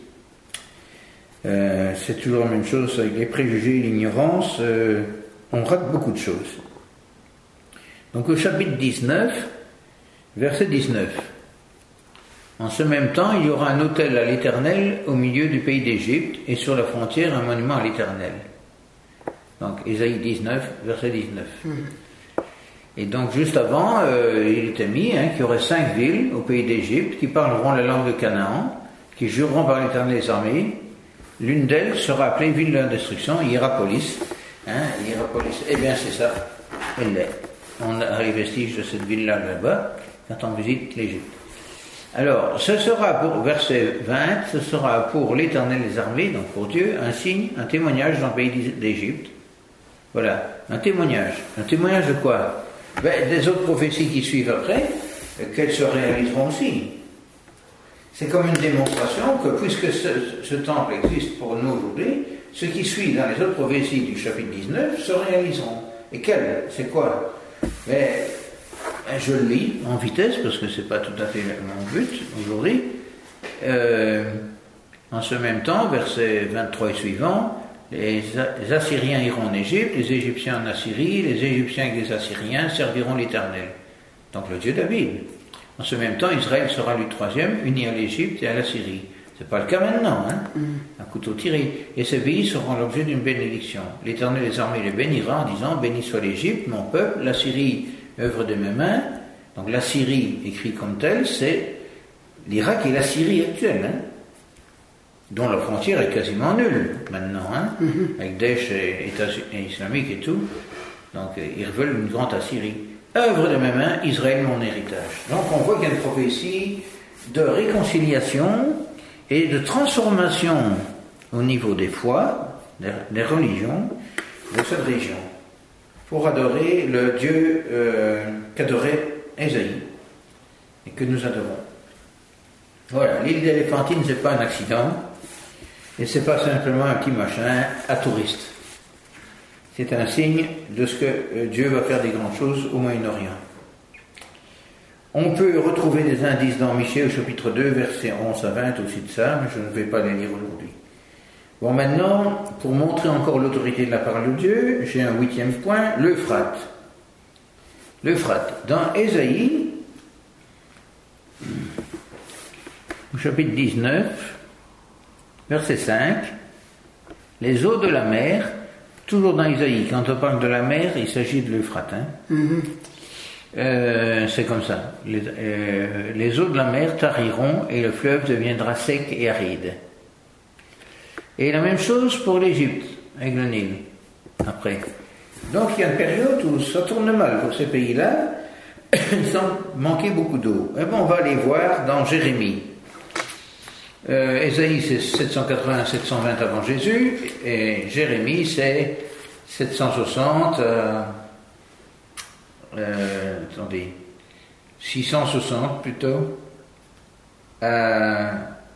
C'est toujours la même chose avec les préjugés et l'ignorance, on rate beaucoup de choses. Donc au chapitre 19, verset 19. En ce même temps, il y aura un autel à l'Éternel au milieu du pays d'Égypte et sur la frontière un monument à l'Éternel. Donc Ésaïe 19, verset 19. Et donc juste avant, il était mis qu'il y aurait 5 villes au pays d'Égypte qui parleront la langue de Canaan, qui jureront par l'Éternel des armées. L'une d'elles sera appelée ville de la destruction, Hiérapolis. Hiérapolis, eh bien c'est ça, elle l'est. On a les vestiges de cette ville-là là-bas quand on visite l'Égypte. Alors, ce sera pour, verset 20, ce sera pour l'Éternel des armées, donc pour Dieu, un signe, un témoignage dans le pays d'Égypte. Voilà, un témoignage. Un témoignage de quoi? Des autres prophéties qui suivent après, qu'elles se réaliseront aussi. C'est comme une démonstration que, puisque ce temple existe pour nous aujourd'hui, ce qui suit dans les autres prophéties du chapitre 19 se réaliseront. Et quelles? C'est quoi? Je le lis en vitesse, parce que ce n'est pas tout à fait mon but aujourd'hui. En ce même temps, versets 23 et suivants, les Assyriens iront en Égypte, les Égyptiens en Assyrie, les Égyptiens et les Assyriens serviront l'Éternel. Donc le Dieu David. En ce même temps, Israël sera le troisième, uni à l'Égypte et à l'Assyrie. Ce n'est pas le cas maintenant, hein? Un couteau tiré. Et ces pays seront l'objet d'une bénédiction. L'Éternel des armées les bénira en disant, béni soit l'Égypte, mon peuple, l'Assyrie, œuvre de mes mains. Donc la Syrie, écrit comme telle, c'est l'Irak et la Syrie actuelle, hein, dont la frontière est quasiment nulle maintenant, hein, avec Daesh et État islamique et tout. Donc ils veulent une grande Assyrie. Œuvre de mes mains, Israël mon héritage. Donc on voit qu'il y a une prophétie de réconciliation et de transformation au niveau des foi, des religions de cette région, pour adorer le Dieu qu'adorait Ésaïe et que nous adorons. Voilà, l'île d'Éléphantine, c'est pas un accident et c'est pas simplement un petit machin à touristes. C'est un signe de ce que Dieu va faire des grandes choses au Moyen-Orient. On peut retrouver des indices dans Michée au chapitre 2, versets 11 à 20 aussi de ça, mais je ne vais pas les lire aujourd'hui. Bon, maintenant, pour montrer encore l'autorité de la parole de Dieu, j'ai un 8e point, l'Euphrate. L'Euphrate. Dans Ésaïe, au chapitre 19, verset 5, les eaux de la mer, toujours dans Ésaïe, quand on parle de la mer, il s'agit de l'Euphrate. Hein. C'est comme ça. Les eaux de la mer tariront et le fleuve deviendra sec et aride. Et la même chose pour l'Égypte, avec le Nil, après. Donc il y a une période où ça tourne mal pour ces pays-là, ils semblent manquer beaucoup d'eau. Et bon, on va aller voir dans Jérémie. Ésaïe c'est 780-720 avant Jésus, et Jérémie c'est 760, 660 plutôt, à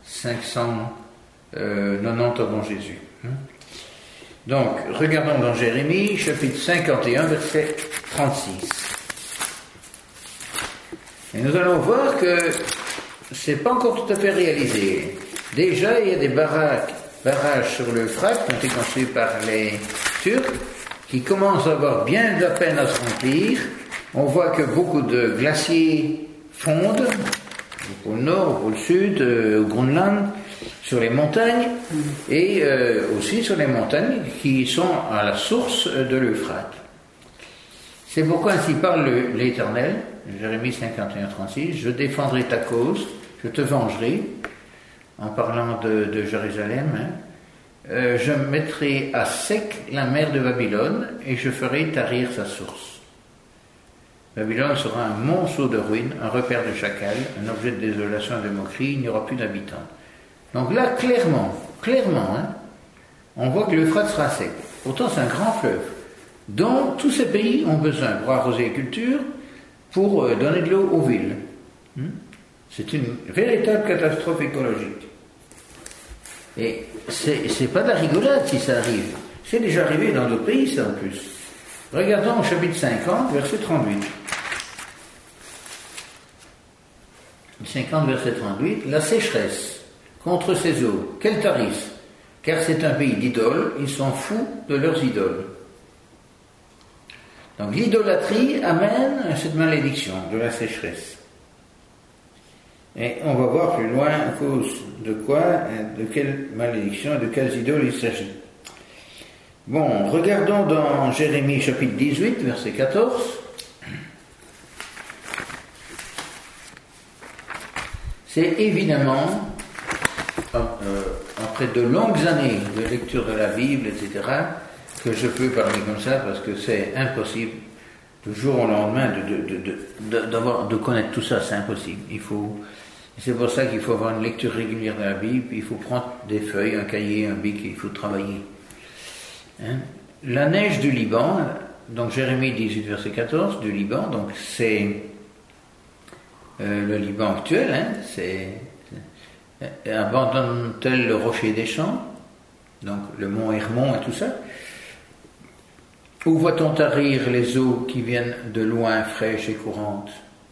590 avant Jésus. Donc, regardons dans Jérémie, chapitre 51, verset 36. Et nous allons voir que c'est pas encore tout à fait réalisé. Déjà, il y a des barrages sur l'Euphrate qui ont été construits par les Turcs, qui commencent à avoir bien de la peine à se remplir. On voit que beaucoup de glaciers fondent, au pôle Nord, au pôle Sud, au Groenland, sur les montagnes, et aussi sur les montagnes qui sont à la source de l'Euphrate. C'est pourquoi ainsi parle l'Éternel, Jérémie 51, 36, je défendrai ta cause, je te vengerai, en parlant de Jérusalem, hein. Je mettrai à sec la mer de Babylone et je ferai tarir sa source. Babylone sera un monceau de ruines, un repère de chacal, un objet de désolation et de moquerie, il n'y aura plus d'habitants. Donc là, clairement, hein, on voit que l'Euphrate sera sec. Pourtant, c'est un grand fleuve dont tous ces pays ont besoin pour arroser les cultures, pour donner de l'eau aux villes. C'est une véritable catastrophe écologique. Et c'est pas de la rigolade si ça arrive. C'est déjà arrivé dans d'autres pays, ça en plus. Regardons au chapitre 50, verset 38. 50, verset 38, la sécheresse contre ces eaux, quel tarif? Car c'est un pays d'idoles, ils sont fous de leurs idoles. Donc l'idolâtrie amène à cette malédiction de la sécheresse. Et on va voir plus loin à cause de quoi, de quelle malédiction, de quelles idoles il s'agit. Bon, regardons dans Jérémie chapitre 18, verset 14. C'est évidemment, après de longues années de lecture de la Bible, etc., que je peux parler comme ça, parce que c'est impossible, du jour au lendemain, de connaître tout ça, c'est impossible. Il faut C'est pour ça qu'il faut avoir une lecture régulière de la Bible, il faut prendre des feuilles, un cahier, un bic, il faut travailler. Hein? La neige du Liban, donc Jérémie 18, verset 14, du Liban, donc c'est le Liban actuel, hein, c'est abandonne-t-elle le rocher des champs, donc le mont Hermon et tout ça? Où voit-on tarir les eaux qui viennent de loin, fraîches et courantes?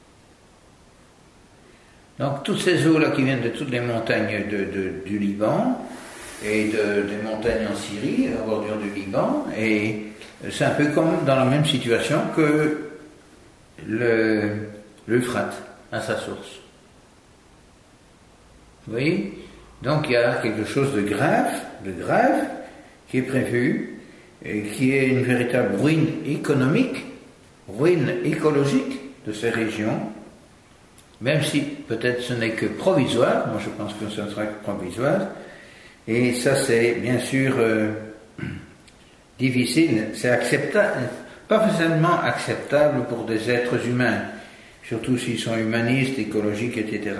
Donc toutes ces eaux-là qui viennent de toutes les montagnes du Liban et des montagnes en Syrie, à bordure du Liban, et c'est un peu comme dans la même situation que l'Euphrate à sa source. Vous voyez? Donc il y a quelque chose de grave qui est prévu, et qui est une véritable ruine économique, ruine écologique de ces régions, même si peut-être ce n'est que provisoire. Moi je pense que ce ne sera que provisoire, et ça c'est bien sûr difficile, c'est acceptable, pas forcément acceptable pour des êtres humains, surtout s'ils sont humanistes, écologiques, etc.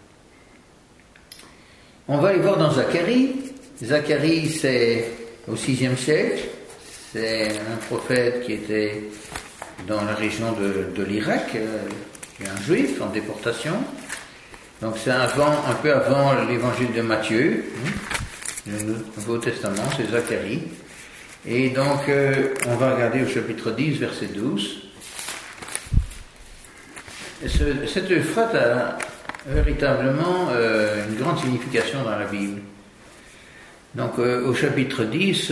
On va aller voir dans Zacharie. Zacharie, c'est au VIe siècle, c'est un prophète qui était dans la région de l'Irak, un juif en déportation. Donc c'est un peu avant l'évangile de Matthieu, le Nouveau Testament, c'est Zacharie. Et donc on va regarder au chapitre 10, verset 12. Cette Euphrate a véritablement une grande signification dans la Bible. Donc au chapitre 10,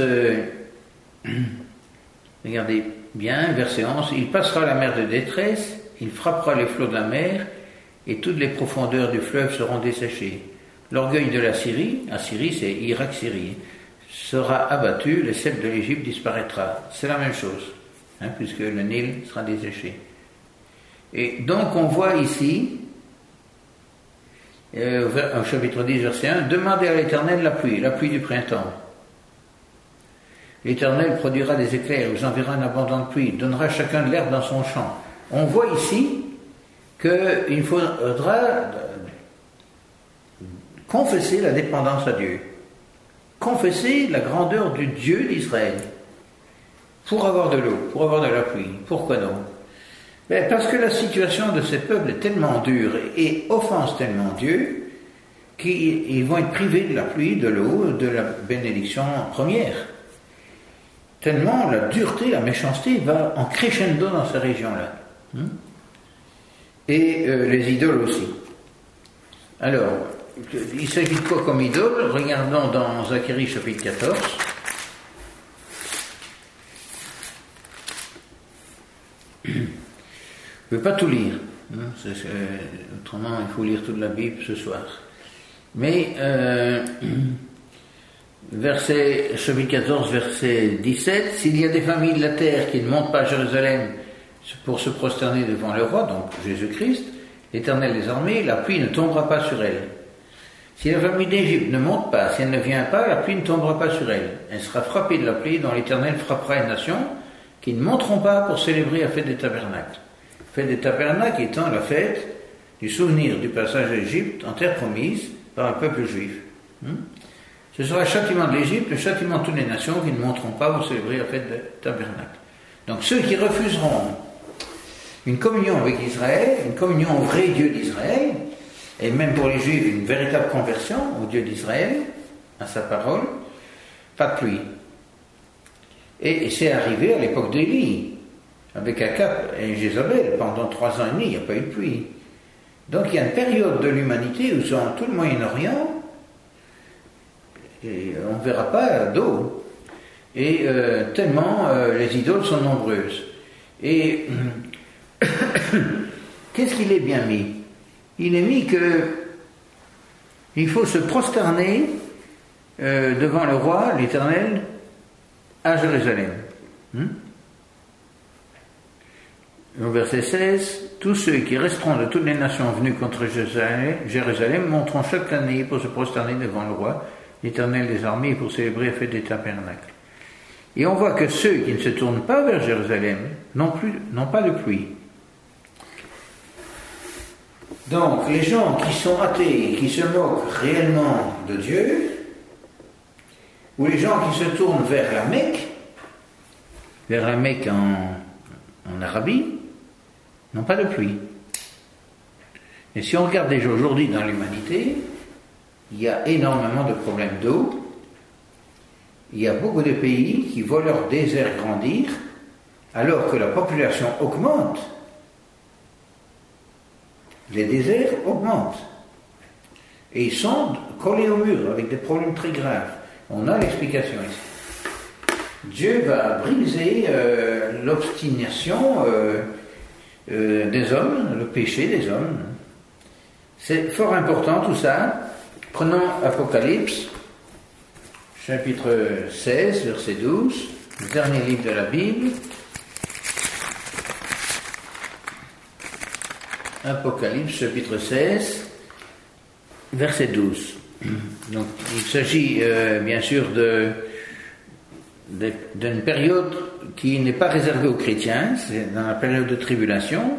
regardez bien, verset 11, il passera la mer de détresse, il frappera les flots de la mer, et toutes les profondeurs du fleuve seront desséchées. L'orgueil de la Syrie c'est Irak-Syrie, sera abattu, le sceptre de l'Égypte disparaîtra. C'est la même chose, hein, puisque le Nil sera desséché. Et donc on voit ici, au chapitre 10, verset 1, demandez à l'Éternel la pluie du printemps. L'Éternel produira des éclairs, vous enverra un abondant de pluie, donnera chacun de l'herbe dans son champ. On voit ici qu'il faudra confesser la dépendance à Dieu, confesser la grandeur du Dieu d'Israël, pour avoir de l'eau, pour avoir de la pluie. Pourquoi donc? Parce que la situation de ces peuples est tellement dure et offense tellement Dieu qu'ils vont être privés de la pluie, de l'eau, de la bénédiction première. Tellement la dureté, la méchanceté va en crescendo dans ces régions-là. Et les idoles aussi. Alors, il s'agit de quoi comme idole? Regardons dans Zacharie chapitre 14. Je ne vais pas tout lire, autrement il faut lire toute la Bible ce soir. Mais chapitre 14, verset 17, s'il y a des familles de la terre qui ne montent pas à Jérusalem pour se prosterner devant le roi, donc Jésus-Christ, l'Éternel des armées, la pluie ne tombera pas sur elle. Si la famille d'Égypte ne monte pas, si elle ne vient pas, la pluie ne tombera pas sur elle. Elle sera frappée de la pluie dont l'Éternel frappera une nation qui ne monteront pas pour célébrer la fête des tabernacles. La fête des tabernacles étant la fête du souvenir du passage d'Égypte en terre promise par le peuple juif. Ce sera le châtiment de l'Égypte, le châtiment de toutes les nations qui ne monteront pas pour célébrer la fête des tabernacles. Donc ceux qui refuseront une communion avec Israël, une communion au vrai Dieu d'Israël, et même pour les Juifs une véritable conversion au Dieu d'Israël, à sa parole, pas de pluie. Et c'est arrivé à l'époque d'Élie, avec Akab et Jézabel, pendant 3 ans et demi, il n'y a pas eu de pluie. Donc il y a une période de l'humanité où dans tout le Moyen-Orient, et on ne verra pas d'eau. Et tellement les idoles sont nombreuses. Et qu'est-ce qu'il est bien mis? Il est mis qu'il faut se prosterner devant le roi, l'Éternel, à Jérusalem. Au verset 16, tous ceux qui resteront de toutes les nations venues contre Jérusalem monteront chaque année pour se prosterner devant le roi, l'Éternel des armées, pour célébrer la fête des tabernacles. Et on voit que ceux qui ne se tournent pas vers Jérusalem n'ont pas de pluie. Donc, les gens qui sont athées, qui se moquent réellement de Dieu, ou les gens qui se tournent vers la Mecque en Arabie, n'ont pas de pluie. Et si on regarde déjà aujourd'hui dans l'humanité, il y a énormément de problèmes d'eau. Il y a beaucoup de pays qui voient leur désert grandir, alors que la population augmente. Les déserts augmentent. Et ils sont collés au mur avec des problèmes très graves. On a l'explication ici. Dieu va briser l'obstination des hommes, le péché des hommes. C'est fort important tout ça. Prenons Apocalypse, chapitre 16, verset 12, le dernier livre de la Bible. Apocalypse, chapitre 16, verset 12. Donc, il s'agit bien sûr d'une période qui n'est pas réservée aux chrétiens, c'est dans la période de tribulation.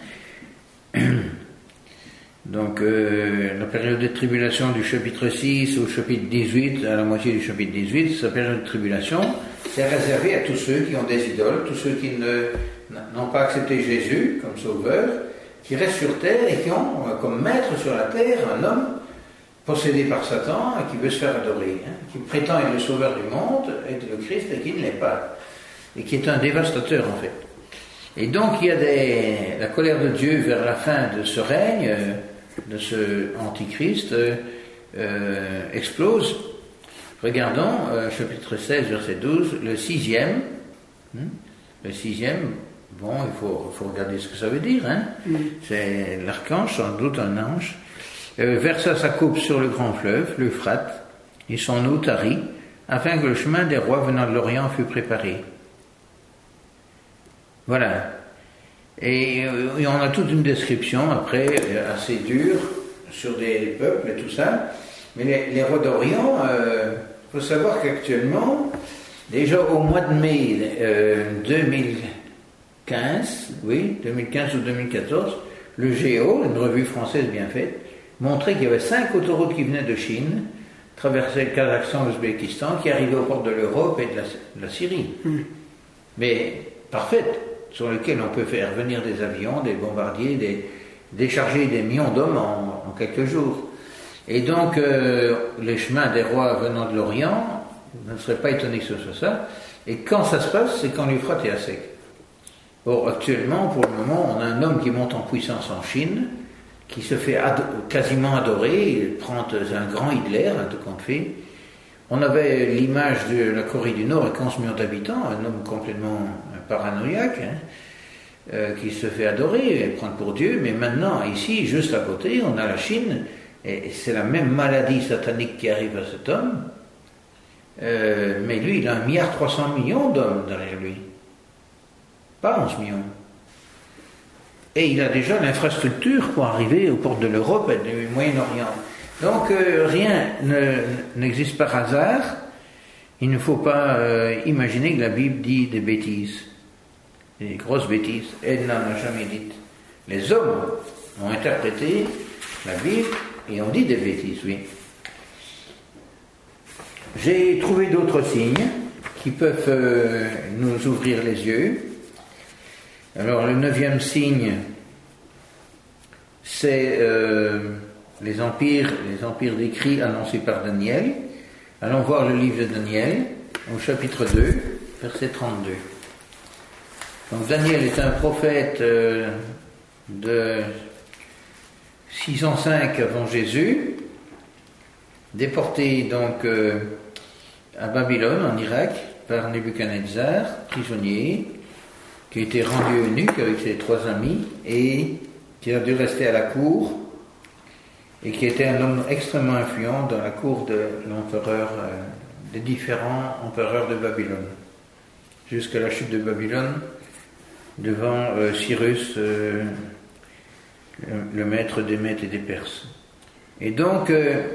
Donc, la période de tribulation du chapitre 6 au chapitre 18, à la moitié du chapitre 18, cette période de tribulation, c'est réservé à tous ceux qui ont des idoles, tous ceux qui n'ont pas accepté Jésus comme sauveur, qui restent sur terre et qui ont comme maître sur la terre un homme possédé par Satan et qui veut se faire adorer, qui prétend être le sauveur du monde, être le Christ et qui ne l'est pas, et qui est un dévastateur en fait. Et donc il y a la colère de Dieu vers la fin de ce règne, de ce antichrist, explose. Regardons, chapitre 16, verset 12, le sixième, bon, il faut regarder ce que ça veut dire, c'est l'archange, sans doute un ange, versa sa coupe sur le grand fleuve, l'Euphrate, et son eau tarit, afin que le chemin des rois venant de l'Orient fût préparé. Voilà. Et on a toute une description, après, assez dure, sur des peuples et tout ça. Mais les rois d'Orient, il faut savoir qu'actuellement, déjà au mois de mai 2015 ou 2014, le Géo, une revue française bien faite, montrait qu'il y avait 5 autoroutes qui venaient de Chine, traversaient le Kazakhstan, l'Ouzbékistan, qui arrivaient aux portes de l'Europe et de la Syrie. Mais parfaites, sur lesquelles on peut faire venir des avions, des bombardiers, décharger des millions d'hommes en quelques jours. Et donc, les chemins des rois venant de l'Orient, je ne serais pas étonné que ce soit ça. Et quand ça se passe, c'est quand l'Euphrate est à sec. Or, actuellement, pour le moment, on a un homme qui monte en puissance en Chine, qui se fait quasiment adorer, il prend un grand Hitler, tout compte fait. On avait l'image de la Corée du Nord avec 11 millions d'habitants, un homme complètement paranoïaque, qui se fait adorer et prendre pour Dieu, mais maintenant, ici, juste à côté, on a la Chine, et c'est la même maladie satanique qui arrive à cet homme, mais lui, il a 1,3 milliard d'hommes derrière lui. Pas 11 millions. Et il a déjà l'infrastructure pour arriver aux portes de l'Europe et du Moyen-Orient. Donc rien n'existe par hasard. Il ne faut pas imaginer que la Bible dit des bêtises, des grosses bêtises. Elle n'en a jamais dites. Les hommes ont interprété la Bible et ont dit des bêtises, oui. J'ai trouvé d'autres signes qui peuvent nous ouvrir les yeux. Alors le 9e signe, c'est les empires décrits, annoncés par Daniel. Allons voir le livre de Daniel, au chapitre 2, verset 32. Donc Daniel est un prophète de 605 avant Jésus, déporté donc à Babylone, en Irak, par Nebuchadnezzar, prisonnier, qui a été rendu eunuque avec ses 3 amis et qui a dû rester à la cour et qui était un homme extrêmement influent dans la cour de l'empereur, des différents empereurs de Babylone, jusqu'à la chute de Babylone devant Cyrus, le maître des Mèdes et des Perses. Et donc,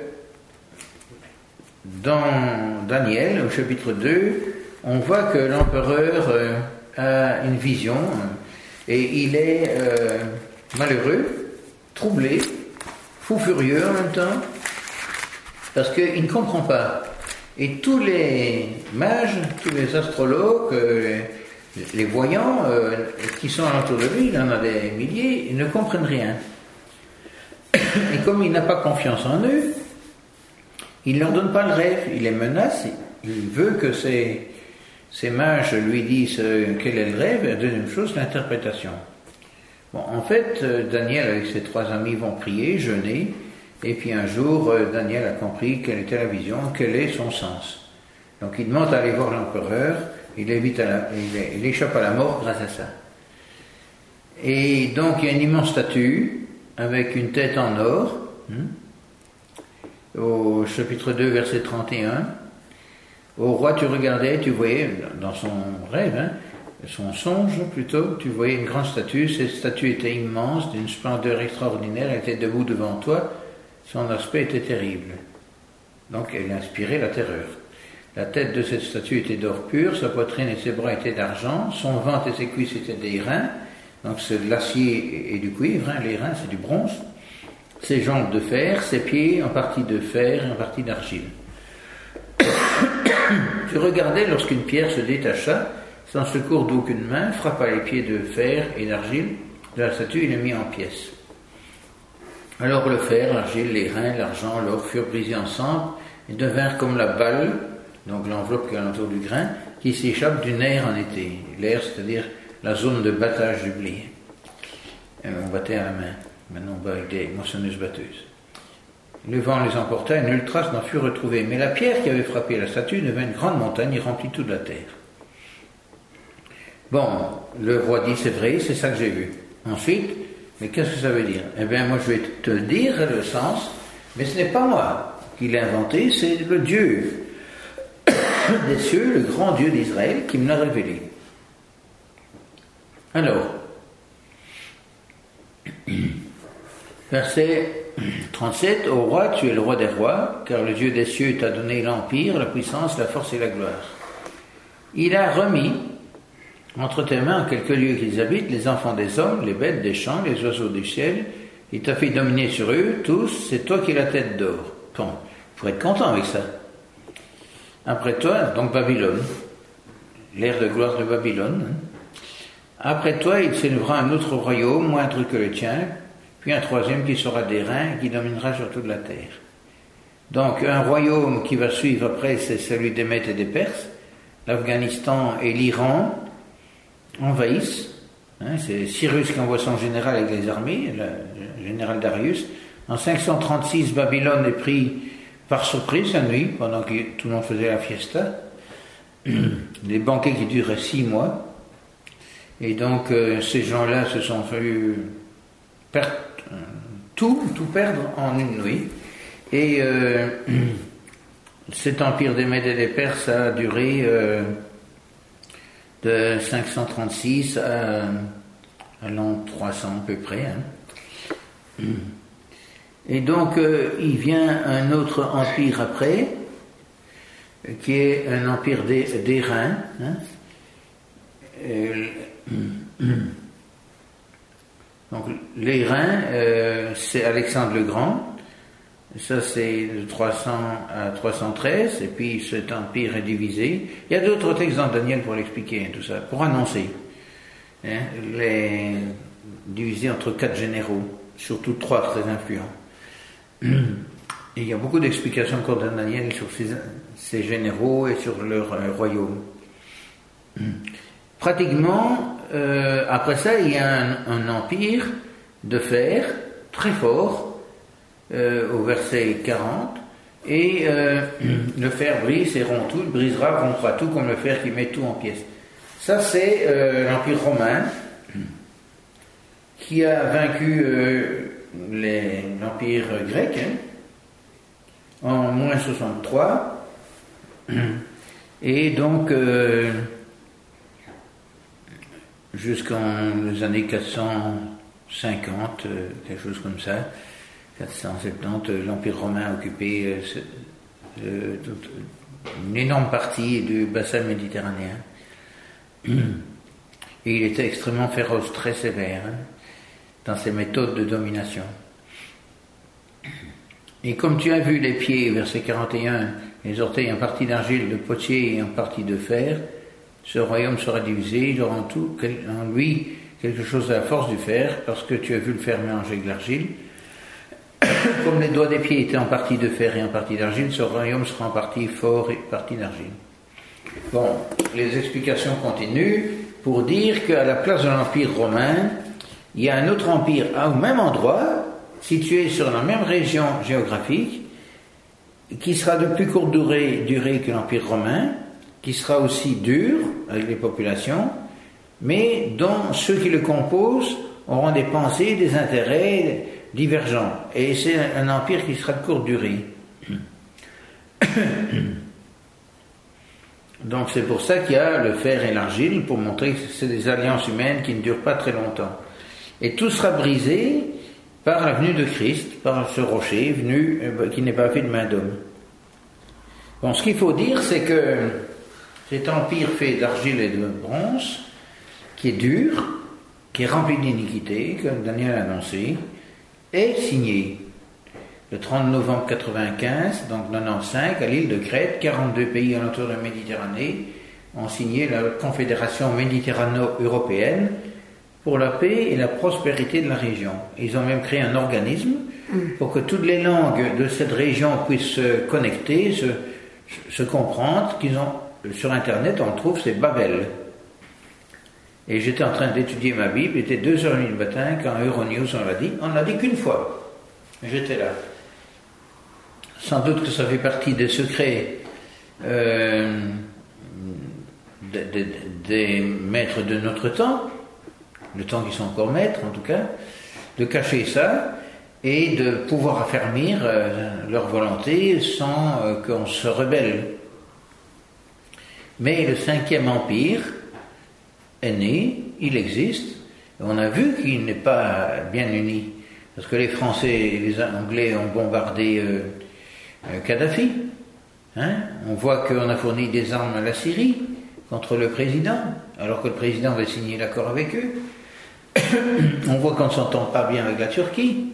dans Daniel, au chapitre 2, on voit que l'empereur a une vision et il est malheureux, troublé, fou furieux en même temps, parce qu'il ne comprend pas. Et tous les mages, tous les astrologues, les voyants qui sont alentour de lui, il en a des milliers, ils ne comprennent rien. Et comme il n'a pas confiance en eux, il ne leur donne pas le rêve, il les menace, il veut que ces mages lui disent quel est le rêve, et la deuxième chose, l'interprétation. Bon, en fait, Daniel avec ses 3 amis vont prier, jeûner, et puis un jour, Daniel a compris quelle était la vision, quel est son sens. Donc il demande à aller voir l'empereur, il échappe à la mort grâce à ça. Et donc il y a une immense statue avec une tête en or, au chapitre 2, verset 31. Au roi, tu regardais, tu voyais, dans son rêve, son songe plutôt, tu voyais une grande statue. Cette statue était immense, d'une splendeur extraordinaire, elle était debout devant toi, son aspect était terrible. Donc elle inspirait la terreur. La tête de cette statue était d'or pur, sa poitrine et ses bras étaient d'argent, son ventre et ses cuisses étaient des reins, donc c'est de l'acier et du cuivre, les reins c'est du bronze, ses jambes de fer, ses pieds en partie de fer et en partie d'argile. Tu regardais lorsqu'une pierre se détacha, sans secours d'aucune main, frappa les pieds de fer et d'argile de la statue et les mit en pièces. Alors le fer, l'argile, les reins, l'argent, l'or furent brisés ensemble et devinrent comme la balle, donc l'enveloppe qui est alentour du grain, qui s'échappe du nerf en été. L'air, c'est-à-dire la zone de battage du blé. On battait à la main. Maintenant on bat avec des moissonneuses batteuses. Le vent les emporta et nulle trace n'en fut retrouvée. Mais la pierre qui avait frappé la statue devint une grande montagne et remplit toute la terre. Bon, le roi dit, c'est vrai, c'est ça que j'ai vu. Ensuite, mais qu'est-ce que ça veut dire? Eh bien, moi je vais te dire le sens, mais ce n'est pas moi qui l'ai inventé, c'est le Dieu des cieux, le grand Dieu d'Israël, qui me l'a révélé. Alors, verset 37, ô roi, tu es le roi des rois, car le Dieu des cieux t'a donné l'empire, la puissance, la force et la gloire. Il a remis entre tes mains, en quelques lieux qu'ils habitent, les enfants des hommes, les bêtes des champs, les oiseaux du ciel. Il t'a fait dominer sur eux tous, c'est toi qui es la tête d'or. Bon, il faut être content avec ça. Après toi, donc Babylone, l'ère de gloire de Babylone. Après toi, il s'élèvera un autre royaume, moindre que le tien, puis un troisième qui sera des reins, qui dominera sur toute la terre. Donc un royaume qui va suivre après, c'est celui des Mèdes et des Perses. L'Afghanistan et l'Iran envahissent. C'est Cyrus qui envoie son général avec les armées, le général Darius. En 536, Babylone est pris par surprise la nuit, pendant que tout le monde faisait la fiesta. Des banquets qui duraient 6 mois. Et donc ces gens-là se sont fait tout perdre en une nuit. Et cet empire des Mèdes et des Perses a duré de 536 à l'an 300 à peu près. Et donc il vient un autre empire après, qui est un empire des Reins. Donc les Reins, c'est Alexandre le Grand. Ça c'est de 300 à 313, et puis cet empire est divisé. Il y a d'autres textes dans Daniel pour l'expliquer, tout ça, pour annoncer. Les divisé entre 4 généraux, surtout 3 très influents. Et il y a beaucoup d'explications encore dans Daniel sur ces généraux et sur leur royaume. Pratiquement, après ça, il y a un empire de fer très fort, au verset 40, et le fer brise et rompt tout, il brisera, rompra tout comme le fer qui met tout en pièces. Ça c'est l'Empire romain qui a vaincu l'Empire grec en moins 63, et donc jusqu'en les années 450, quelque chose comme ça, 470, l'Empire romain a occupé une énorme partie du bassin méditerranéen. Et il était extrêmement féroce, très sévère dans ses méthodes de domination. Et comme tu as vu les pieds, verset 41, les orteils en partie d'argile, de potier et en partie de fer, ce royaume sera divisé, il aura en tout en lui quelque chose à la force du fer, parce que tu as vu le fer mélangé avec l'argile. Comme les doigts des pieds étaient en partie de fer et en partie d'argile, ce royaume sera en partie fort et partie d'argile. Bon, les explications continuent pour dire qu'à la place de l'Empire romain, il y a un autre empire au même endroit, situé sur la même région géographique, qui sera de plus courte durée que l'Empire romain, qui sera aussi dur avec les populations, mais dont ceux qui le composent auront des pensées, des intérêts divergents. Et c'est un empire qui sera de courte durée. Donc c'est pour ça qu'il y a le fer et l'argile, pour montrer que c'est des alliances humaines qui ne durent pas très longtemps. Et tout sera brisé par la venue de Christ, par ce rocher qui n'est pas fait de main d'homme. Bon, ce qu'il faut dire, c'est que cet empire fait d'argile et de bronze, qui est dur, qui est rempli d'iniquité, comme Daniel a annoncé, est signé le 30 novembre 95, donc 95, à l'île de Crète. 42 pays alentour de la Méditerranée ont signé la Confédération méditerrano-européenne pour la paix et la prospérité de la région. Ils ont même créé un organisme pour que toutes les langues de cette région puissent se connecter, se comprendre. Sur Internet, on trouve, c'est Babel. Et j'étais en train d'étudier ma Bible, il était 2h30 du matin, quand Euronews on l'a dit qu'une fois. J'étais là. Sans doute que ça fait partie des secrets des maîtres de notre temps, le temps qui sont encore maîtres en tout cas, de cacher ça et de pouvoir affermir leur volonté sans qu'on se rebelle. Mais le 5e Empire est né, il existe, et on a vu qu'il n'est pas bien uni, parce que les Français et les Anglais ont bombardé Kadhafi. On voit qu'on a fourni des armes à la Syrie contre le président, alors que le président veut signer l'accord avec eux. On voit qu'on ne s'entend pas bien avec la Turquie.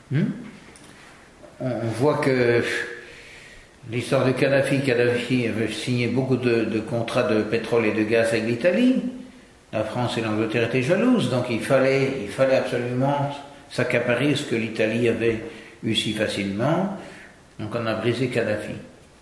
On voit que l'histoire de Kadhafi avait signé beaucoup de contrats de pétrole et de gaz avec l'Italie. La France et l'Angleterre étaient jalouses, donc il fallait absolument s'accaparer ce que l'Italie avait eu si facilement. Donc on a brisé Kadhafi.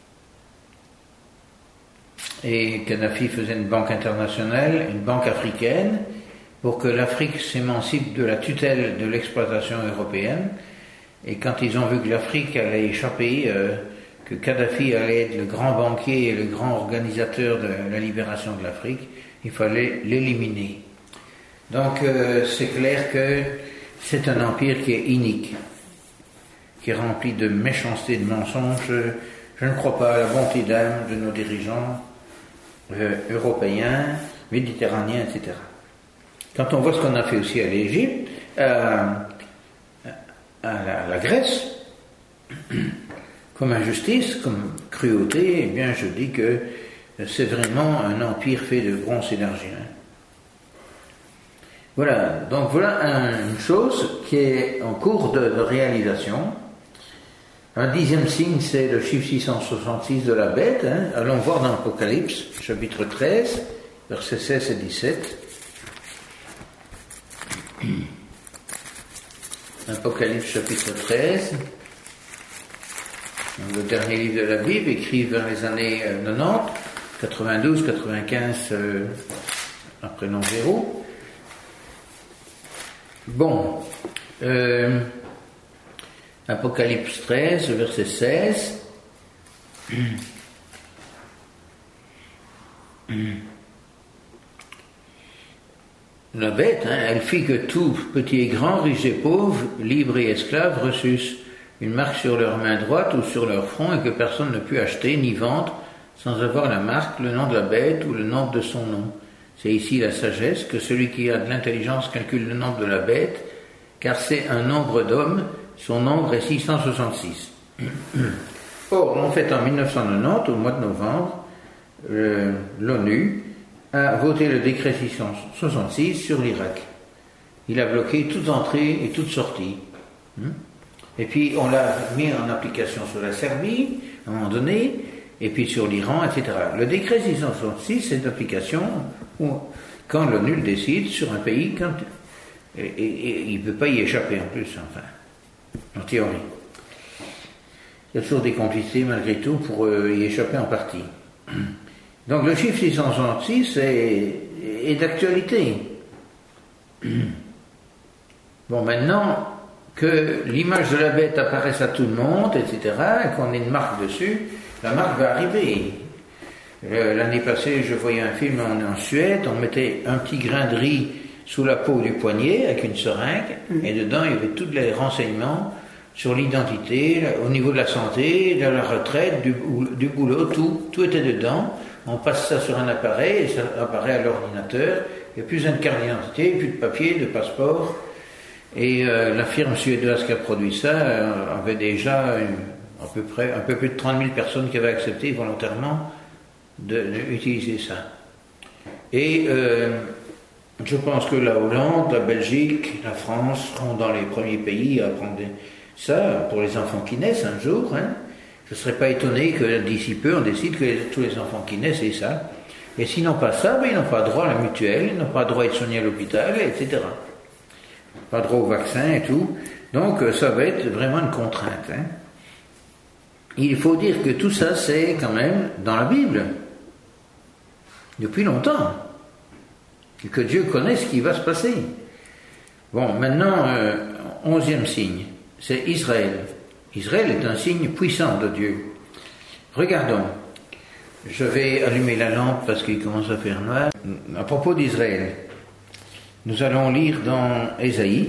Et Kadhafi faisait une banque internationale, une banque africaine, pour que l'Afrique s'émancipe de la tutelle de l'exploitation européenne. Et quand ils ont vu que l'Afrique allait échapper, que Kadhafi allait être le grand banquier et le grand organisateur de la libération de l'Afrique, il fallait l'éliminer. Donc c'est clair que c'est un empire qui est inique, qui est rempli de méchanceté, de mensonges. Je ne crois pas à la bonté d'âme de nos dirigeants européens, méditerranéens, etc. Quand on voit ce qu'on a fait aussi à l'Égypte, à la Grèce, comme injustice, comme cruauté, eh bien je dis que c'est vraiment un empire fait de bronze et d'argile. Voilà, donc voilà une chose qui est en cours de réalisation. Un 10e signe, c'est le chiffre 666 de la bête. Allons voir dans l'Apocalypse, chapitre 13, versets 16 et 17. Apocalypse, chapitre 13. Le dernier livre de la Bible, écrit vers les années 90, 92, 95, après l'an 0. Bon, Apocalypse 13, verset 16. La bête, elle fit que tout, petit et grand, riche et pauvre, libre et esclave, reçussent une marque sur leur main droite ou sur leur front, et que personne ne put acheter ni vendre sans avoir la marque, le nom de la bête ou le nombre de son nom. C'est ici la sagesse, que celui qui a de l'intelligence calcule le nombre de la bête, car c'est un nombre d'hommes, son nombre est 666. Or, en fait, en 1990, au mois de novembre, l'ONU a voté le décret 666 sur l'Irak. Il a bloqué toute entrée et toute sortie. Et puis on l'a mis en application sur la Serbie, à un moment donné, et puis sur l'Iran, etc. Le décret 666, c'est d'application quand l'ONU le décide sur un pays, et il ne peut pas y échapper en plus, enfin, en théorie. Il y a toujours des complicités malgré tout pour y échapper en partie. Donc le chiffre 666 est d'actualité. Bon, maintenant que l'image de la bête apparaisse à tout le monde, etc., et qu'on ait une marque dessus, la marque va arriver. L'année passée, je voyais un film en Suède, on mettait un petit grain de riz sous la peau du poignet avec une seringue, et dedans il y avait tous les renseignements sur l'identité, au niveau de la santé, de la retraite, du boulot, tout était dedans. On passe ça sur un appareil, et ça apparaît à l'ordinateur. Il n'y a plus besoin de carte d'identité, plus de papier, de passeport. Et la firme suédoise qui a produit ça avait déjà à peu près un peu plus de 30 000 personnes qui avaient accepté volontairement d'utiliser ça. Et je pense que la Hollande, la Belgique, la France seront dans les premiers pays à prendre ça pour les enfants qui naissent un jour. Hein. Je ne serais pas étonné que d'ici peu on décide que tous les enfants qui naissent aient ça. Et s'ils n'ont pas ça, ils n'ont pas droit à la mutuelle, ils n'ont pas droit à être soignés à l'hôpital, etc. Pas droit au vaccin et tout. Donc ça va être vraiment une contrainte. Hein. Il faut dire que tout ça, c'est quand même dans la Bible. Depuis longtemps. Et que Dieu connaît ce qui va se passer. Bon, maintenant, 11e signe, c'est Israël. Israël est un signe puissant de Dieu. Regardons. Je vais allumer la lampe parce qu'il commence à faire noir. À propos d'Israël, nous allons lire dans Ésaïe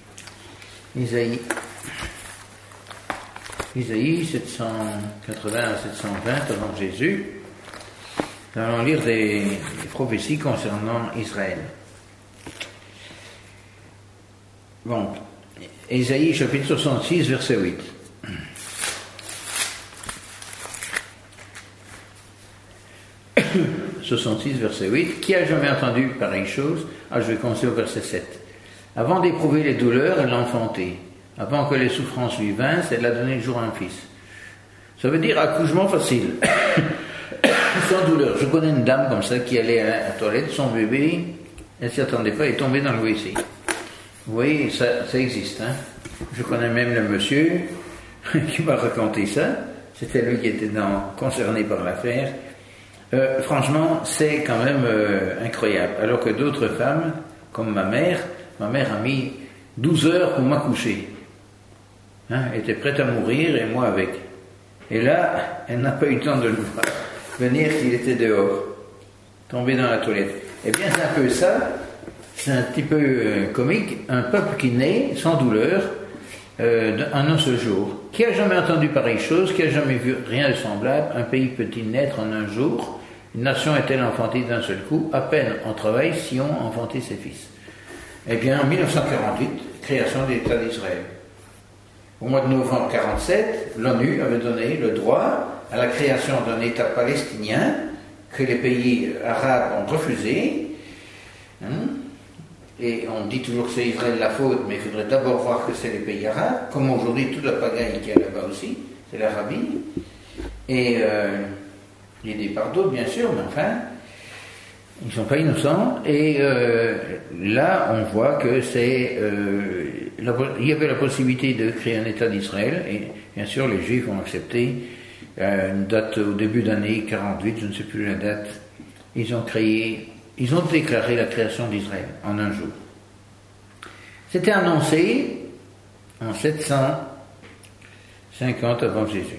780 à 720 avant Jésus. Nous allons lire des prophéties concernant Israël. Bon, Ésaïe chapitre 66 verset 8. « 66 verset 8. Qui a jamais entendu pareille chose ?» Je vais commencer au verset 7. « Avant d'éprouver les douleurs, elle l'a enfanté. Avant que les souffrances lui vinssent, elle a donné le jour à un fils. » Ça veut dire accouchement facile. Sans douleur. Je connais une dame comme ça qui allait à la toilette, son bébé, elle ne s'y attendait pas, elle est tombée dans le WC. Vous voyez, ça existe. Hein. Je connais même le monsieur qui m'a raconté ça. C'était lui qui était concerné par l'affaire. Franchement, c'est quand même incroyable. Alors que d'autres femmes, comme ma mère a mis 12 heures pour m'accoucher. Hein, elle était prête à mourir et moi avec. Et là, elle n'a pas eu le temps de le voir venir qu'il était dehors, tombé dans la toilette. Eh bien, c'est un peu ça, c'est un petit peu comique, un peuple qui naît sans douleur en un seul jour. Qui a jamais entendu pareille chose, qui a jamais vu rien de semblable? Un pays peut-il naître en un jour? Une nation est-elle enfantée d'un seul coup? À peine on travaille si on enfanté ses fils. Eh bien, en 1948, création de l'État d'Israël. Au mois de novembre 1947, l'ONU avait donné le droit à la création d'un État palestinien que les pays arabes ont refusé. Et on dit toujours que c'est Israël la faute, mais il faudrait d'abord voir que c'est les pays arabes, comme aujourd'hui toute la pagaille qui est là-bas aussi, c'est l'Arabie. Et aidés par d'autres, bien sûr, mais enfin, ils ne sont pas innocents. Et là, on voit que il y avait la possibilité de créer un État d'Israël, et bien sûr, les Juifs ont accepté une date au début d'année 48, je ne sais plus la date. Ils ont déclaré la création d'Israël en un jour. C'était annoncé en 750 avant Jésus.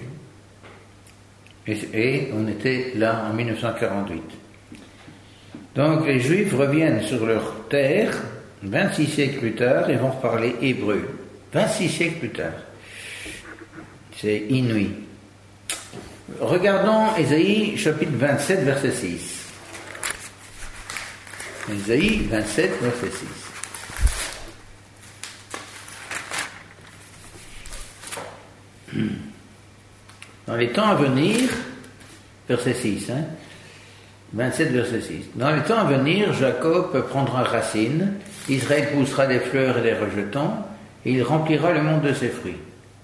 Et on était là en 1948. Donc les Juifs reviennent sur leur terre 26 siècles plus tard et vont reparler hébreu. 26 siècles plus tard. C'est inouï. Regardons Ésaïe chapitre 27 verset 6. Ésaïe 27 verset 6. Dans les temps à venir, verset 6, 27 verset 6. Dans les temps à venir, Jacob prendra racine, Israël poussera des fleurs et des rejetons, et il remplira le monde de ses fruits.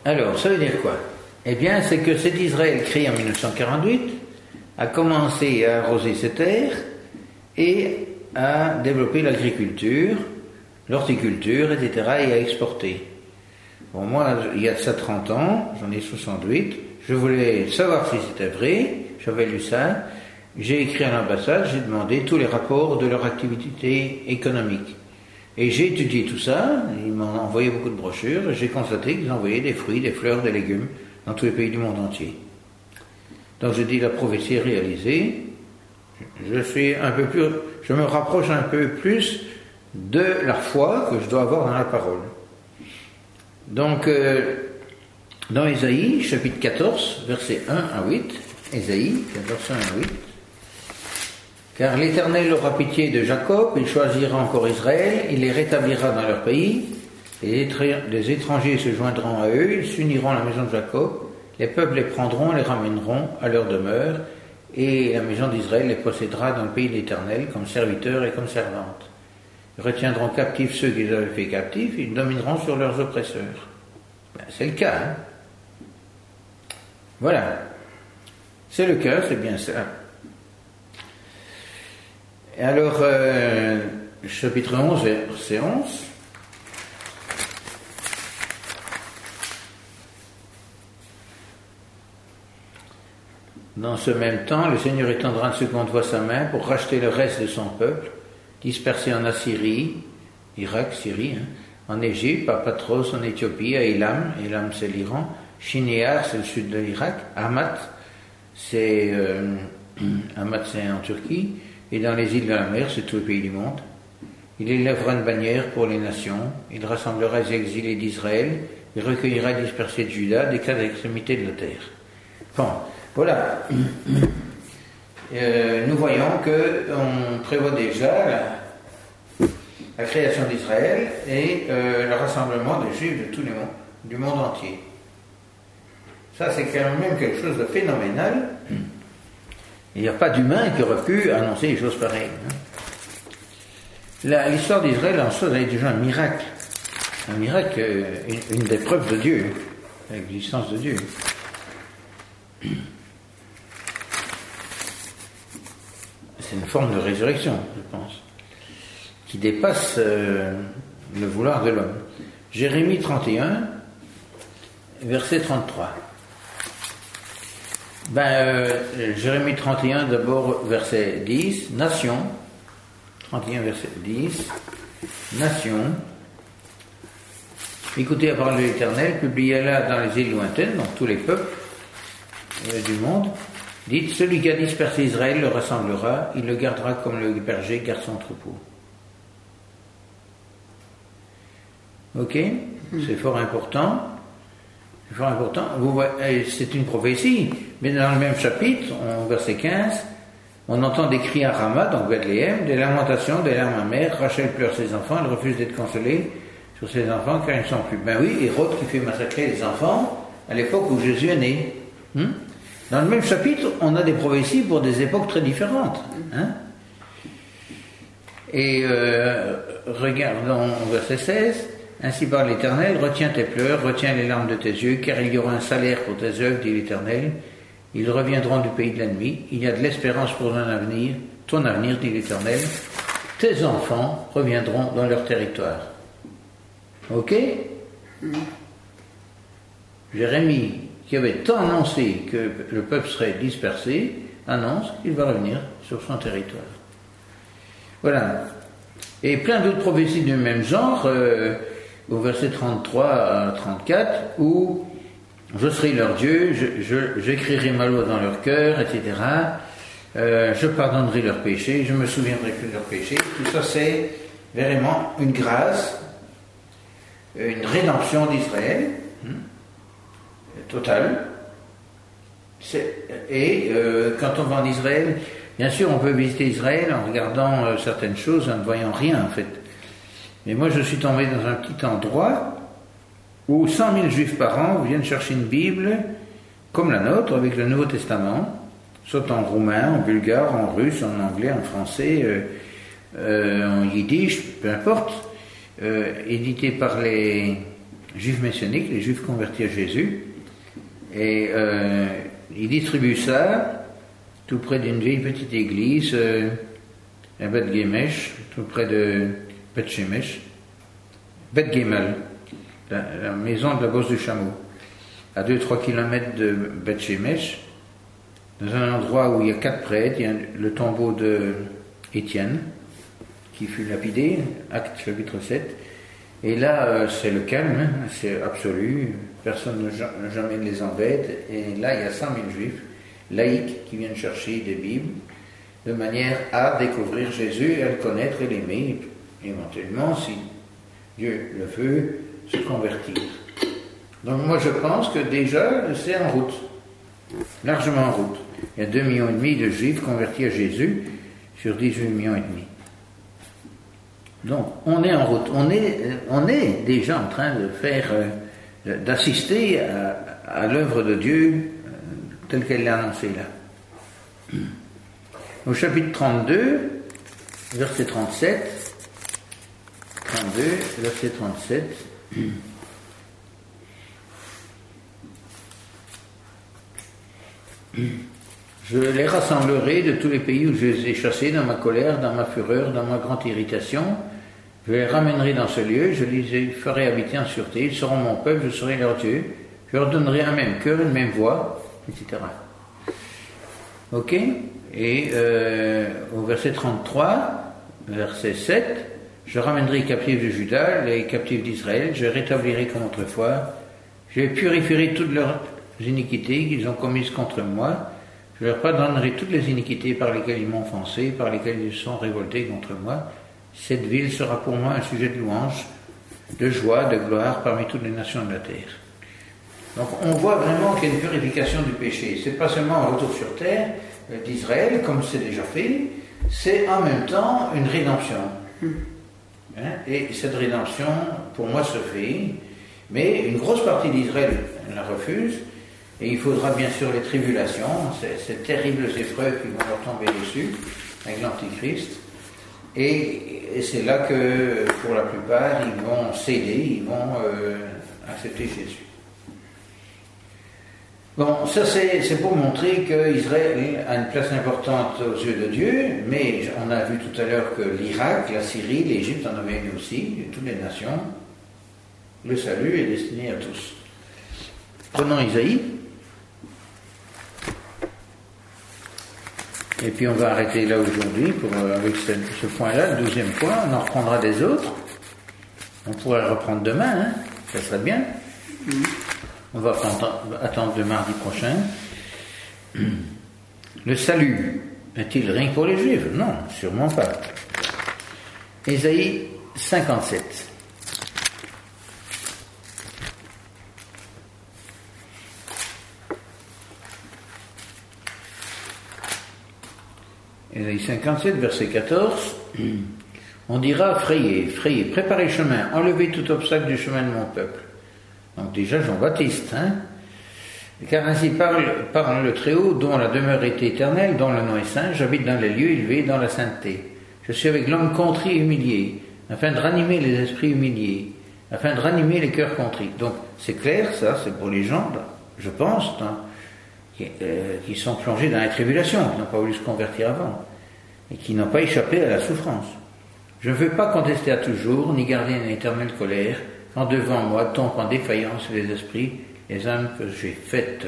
Alors, ça veut dire quoi? Eh bien, c'est que cet Israël créé en 1948 a commencé à arroser ses terres et à développer l'agriculture, l'horticulture, etc., et à exporter. Bon, moi, il y a de ça 30 ans, j'en ai 68, je voulais savoir si c'était vrai, j'avais lu ça, j'ai écrit à l'ambassade, j'ai demandé tous les rapports de leur activité économique. Et j'ai étudié tout ça, ils m'ont envoyé beaucoup de brochures, et j'ai constaté qu'ils envoyaient des fruits, des fleurs, des légumes dans tous les pays du monde entier. Donc je dis la prophétie est réalisée, je me rapproche un peu plus de la foi que je dois avoir dans la parole. Donc, dans Ésaïe, chapitre 14, versets 1 à 8, Ésaïe 14, 1 à 8, car l'Éternel aura pitié de Jacob, il choisira encore Israël, il les rétablira dans leur pays, les étrangers se joindront à eux, ils s'uniront à la maison de Jacob, les peuples les prendront, les ramèneront à leur demeure, et la maison d'Israël les possédera dans le pays de l'Éternel comme serviteurs et comme servantes. Ils retiendront captifs ceux qu'ils avaient fait captifs, ils domineront sur leurs oppresseurs. Ben, c'est le cas, hein. Voilà. C'est le cas, c'est bien ça. Et alors, chapitre 11, verset 11. Dans ce même temps, le Seigneur étendra de seconde fois sa main pour racheter le reste de son peuple, dispersé en Assyrie, Irak, Syrie, hein, en Égypte, à Patros, en Éthiopie, à Élam, Élam c'est l'Iran, Shinéar c'est le sud de l'Irak, Hamath c'est en Turquie, et dans les îles de la mer, c'est tout le pays du monde. Il élèvera une bannière pour les nations, il rassemblera les exilés d'Israël, il recueillera les dispersés de Juda, des quatre extrémités de la terre. Bon, voilà. Nous voyons qu'on prévoit déjà la création d'Israël et le rassemblement des Juifs de tout le monde, du monde entier. Ça, c'est quand même quelque chose de phénoménal. Il n'y a pas d'humain qui aurait pu annoncer des choses pareilles. L'histoire d'Israël en soi est déjà un miracle. Un miracle, une des preuves de Dieu, l'existence de Dieu. C'est une forme de résurrection, je pense, qui dépasse le vouloir de l'homme. Jérémie 31, verset 33. Jérémie 31, d'abord, verset 10, Nation. 31, verset 10, Nation. Écoutez la parole de l'Éternel, publiez-la dans les îles lointaines, donc tous les peuples du monde. Dites, celui qui a dispersé Israël le rassemblera, il le gardera comme le berger garde son troupeau. Ok? C'est fort important. C'est fort important. Vous voyez, c'est une prophétie, mais dans le même chapitre, en verset 15, on entend des cris à Rama, donc Bethléem, des lamentations, des larmes amères. Rachel pleure ses enfants, elle refuse d'être consolée sur ses enfants car ils ne sont plus. Ben oui, Hérode qui fait massacrer les enfants à l'époque où Jésus est né. Dans le même chapitre, on a des prophéties pour des époques très différentes. Et regardons verset 16. Ainsi parle l'Éternel, retiens tes pleurs, retiens les larmes de tes yeux, car il y aura un salaire pour tes œuvres, dit l'Éternel. Ils reviendront du pays de l'ennemi. Il y a de l'espérance pour ton avenir, dit l'Éternel. Tes enfants reviendront dans leur territoire. Ok? Jérémie, qui avait tant annoncé que le peuple serait dispersé, annonce qu'il va revenir sur son territoire. Voilà. Et plein d'autres prophéties du même genre, au verset 33 à 34, où je serai leur Dieu, j'écrirai ma loi dans leur cœur, etc. Je pardonnerai leurs péchés, je me souviendrai plus de leurs péchés. Tout ça, c'est vraiment une grâce, une rédemption d'Israël, totale. Et quand on va en Israël, bien sûr, on peut visiter Israël en regardant certaines choses, en ne voyant rien, en fait. Mais moi, je suis tombé dans un petit endroit où 100 000 Juifs par an viennent chercher une Bible comme la nôtre, avec le Nouveau Testament, soit en roumain, en bulgare, en russe, en anglais, en français, en yiddish, peu importe, édité par les juifs messianiques, les juifs convertis à Jésus. Et ils distribuent ça tout près d'une vieille petite église à Beth Gemesh, tout près de Beth Shemesh, Beth Gemel, la maison de la bosse du chameau, à 2-3 kilomètres de Beth Shemesh, dans un endroit où il y a 4 prêtres. Il y a le tombeau de Étienne, qui fut lapidé, Acte chapitre 7. Et là, c'est le calme, hein, c'est absolu, personne ne jamais ne les embête. Et là, il y a 100 000 juifs laïcs qui viennent chercher des Bibles, de manière à découvrir Jésus, à le connaître et l'aimer, éventuellement, si Dieu le veut, se convertir. Donc moi je pense que déjà c'est en route, largement en route. Il y a 2,5 millions de juifs convertis à Jésus sur 18,5 millions. Donc on est en route, on est déjà en train de faire, d'assister à l'œuvre de Dieu telle qu'elle l'a annoncée là. Au chapitre 32, verset 37, 32, verset 37, je les rassemblerai de tous les pays où je les ai chassés dans ma colère, dans ma fureur, dans ma grande irritation. Je les ramènerai dans ce lieu, je les ferai habiter en sûreté, ils seront mon peuple, je serai leur Dieu, je leur donnerai un même cœur, une même voix, etc. Ok? Et au verset 33, verset 7, je ramènerai les captifs de Juda, les captifs d'Israël, je rétablirai comme autrefois, je purifierai toutes leurs iniquités qu'ils ont commises contre moi, je leur pardonnerai toutes les iniquités par lesquelles ils m'ont offensé, par lesquelles ils se sont révoltés contre moi. Cette ville sera pour moi un sujet de louange, de joie, de gloire parmi toutes les nations de la terre. Donc on voit vraiment qu'il y a une purification du péché. C'est pas seulement un retour sur terre d'Israël, comme c'est déjà fait, c'est en même temps une rédemption. Hein? Et cette rédemption, pour moi, se fait, mais une grosse partie d'Israël la refuse, et il faudra bien sûr les tribulations, ces terribles épreuves qui vont leur tomber dessus, avec l'Antichrist, et c'est là que, pour la plupart, ils vont céder, ils vont accepter Jésus. Bon, ça c'est pour montrer qu'Israël a une place importante aux yeux de Dieu, mais on a vu tout à l'heure que l'Irak, la Syrie, l'Égypte en avaient une aussi, et toutes les nations. Le salut est destiné à tous. Prenons Isaïe. Et puis on va arrêter là aujourd'hui avec ce point-là, le 12e point. On en reprendra des autres. On pourrait reprendre demain, hein, ça serait bien. On va attendre le mardi prochain. Le salut est-il rien que pour les Juifs? Non, sûrement pas. Ésaïe 57. Ésaïe 57, verset 14. On dira, frayez, frayez, préparez le chemin, enlevez tout obstacle du chemin de mon peuple. Donc déjà Jean-Baptiste, hein. Car ainsi parle le Très-Haut, dont la demeure est éternelle, dont le nom est saint, j'habite dans les lieux élevés, dans la sainteté. Je suis avec l'homme contrit et humilié, afin de ranimer les esprits humiliés, afin de ranimer les cœurs contrits. Donc c'est clair, ça, c'est pour les gens, je pense, qui sont plongés dans la tribulation, qui n'ont pas voulu se convertir avant, et qui n'ont pas échappé à la souffrance. Je ne veux pas contester à toujours, ni garder une éternelle colère, quand devant moi tombent en défaillance les esprits, les âmes que j'ai faites.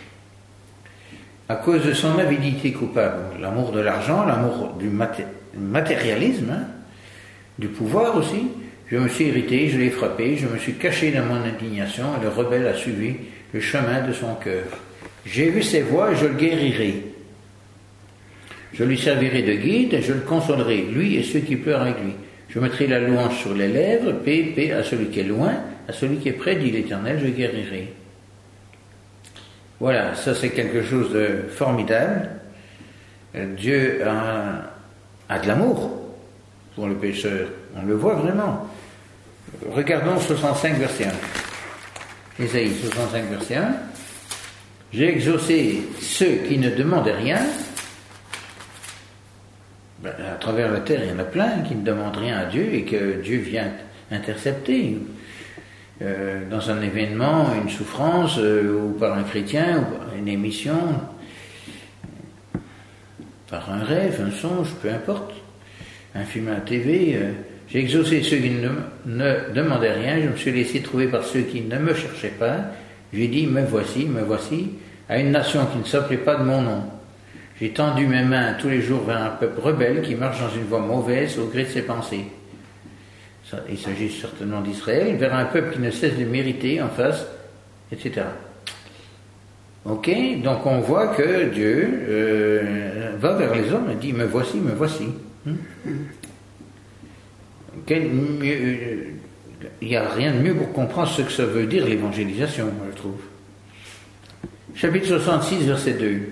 À cause de son avidité coupable, l'amour de l'argent, l'amour du matérialisme, hein, du pouvoir aussi, je me suis irrité, je l'ai frappé, je me suis caché dans mon indignation, et le rebelle a suivi le chemin de son cœur. J'ai vu ses voies et je le guérirai. Je lui servirai de guide et je le consolerai, lui et ceux qui pleurent avec lui. Je mettrai la louange sur les lèvres, paix à celui qui est loin, à celui qui est près, dit l'Éternel, je guérirai. Voilà, ça c'est quelque chose de formidable. Dieu a de l'amour pour le pécheur. On le voit vraiment. Regardons 65 verset 1. Ésaïe 65 verset 1. J'ai exaucé ceux qui ne demandaient rien. À travers la terre, il y en a plein qui ne demandent rien à Dieu et que Dieu vient intercepter. dans un événement, une souffrance, ou par un chrétien, ou par une émission, par un rêve, un songe, peu importe, un film à la TV. J'ai exaucé ceux qui ne demandaient rien, je me suis laissé trouver par ceux qui ne me cherchaient pas. J'ai dit, me voici, à une nation qui ne s'appelait pas de mon nom. J'ai tendu mes mains tous les jours vers un peuple rebelle qui marche dans une voie mauvaise au gré de ses pensées. Il s'agit certainement d'Israël, vers un peuple qui ne cesse de mériter en face, etc. Ok, donc on voit que Dieu va vers les hommes et dit, me voici. Il n'y a rien de mieux pour comprendre ce que ça veut dire l'évangélisation, je trouve. Chapitre 66, verset 2.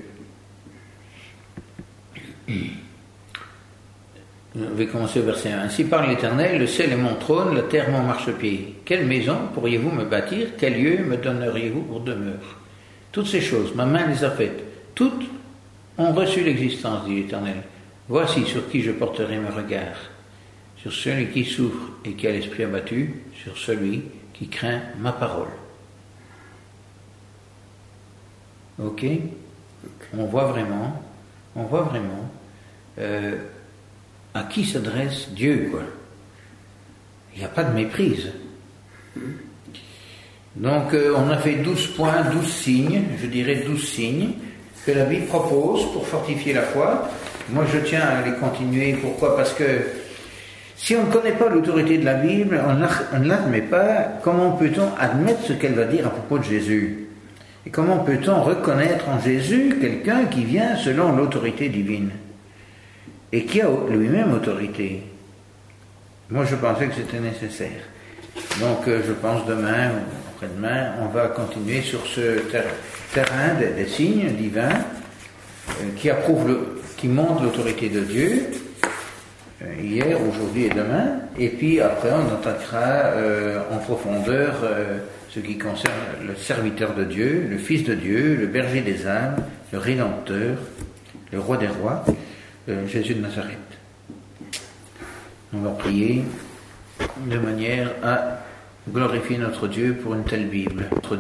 Je vais commencer au verset 1. Ainsi parle l'Éternel, le ciel est mon trône, la terre mon marchepied. Quelle maison pourriez-vous me bâtir? Quel lieu me donneriez-vous pour demeure? Toutes ces choses, ma main les a faites. Toutes ont reçu l'existence, dit l'Éternel. Voici sur qui je porterai mes regards. Sur celui qui souffre et qui a l'esprit abattu, sur celui qui craint ma parole. Ok? On voit vraiment à qui s'adresse Dieu, quoi. Il n'y a pas de méprise. Donc on a fait 12 points, 12 signes, je dirais 12 signes, que la Bible propose pour fortifier la foi. Moi je tiens à les continuer. Pourquoi? Parce que si on ne connaît pas l'autorité de la Bible, on ne l'admet pas. Comment peut-on admettre ce qu'elle va dire à propos de Jésus? Et comment peut-on reconnaître en Jésus quelqu'un qui vient selon l'autorité divine et qui a lui-même autorité? Moi je pensais que c'était nécessaire. Donc je pense demain ou après-demain, on va continuer sur ce terrain des signes divins qui montrent l'autorité de Dieu, hier, aujourd'hui et demain, et puis après on attaquera en profondeur ce qui concerne le serviteur de Dieu, le Fils de Dieu, le berger des âmes, le Rédempteur, le Roi des rois, Jésus de Nazareth. On va prier de manière à glorifier notre Dieu pour une telle Bible.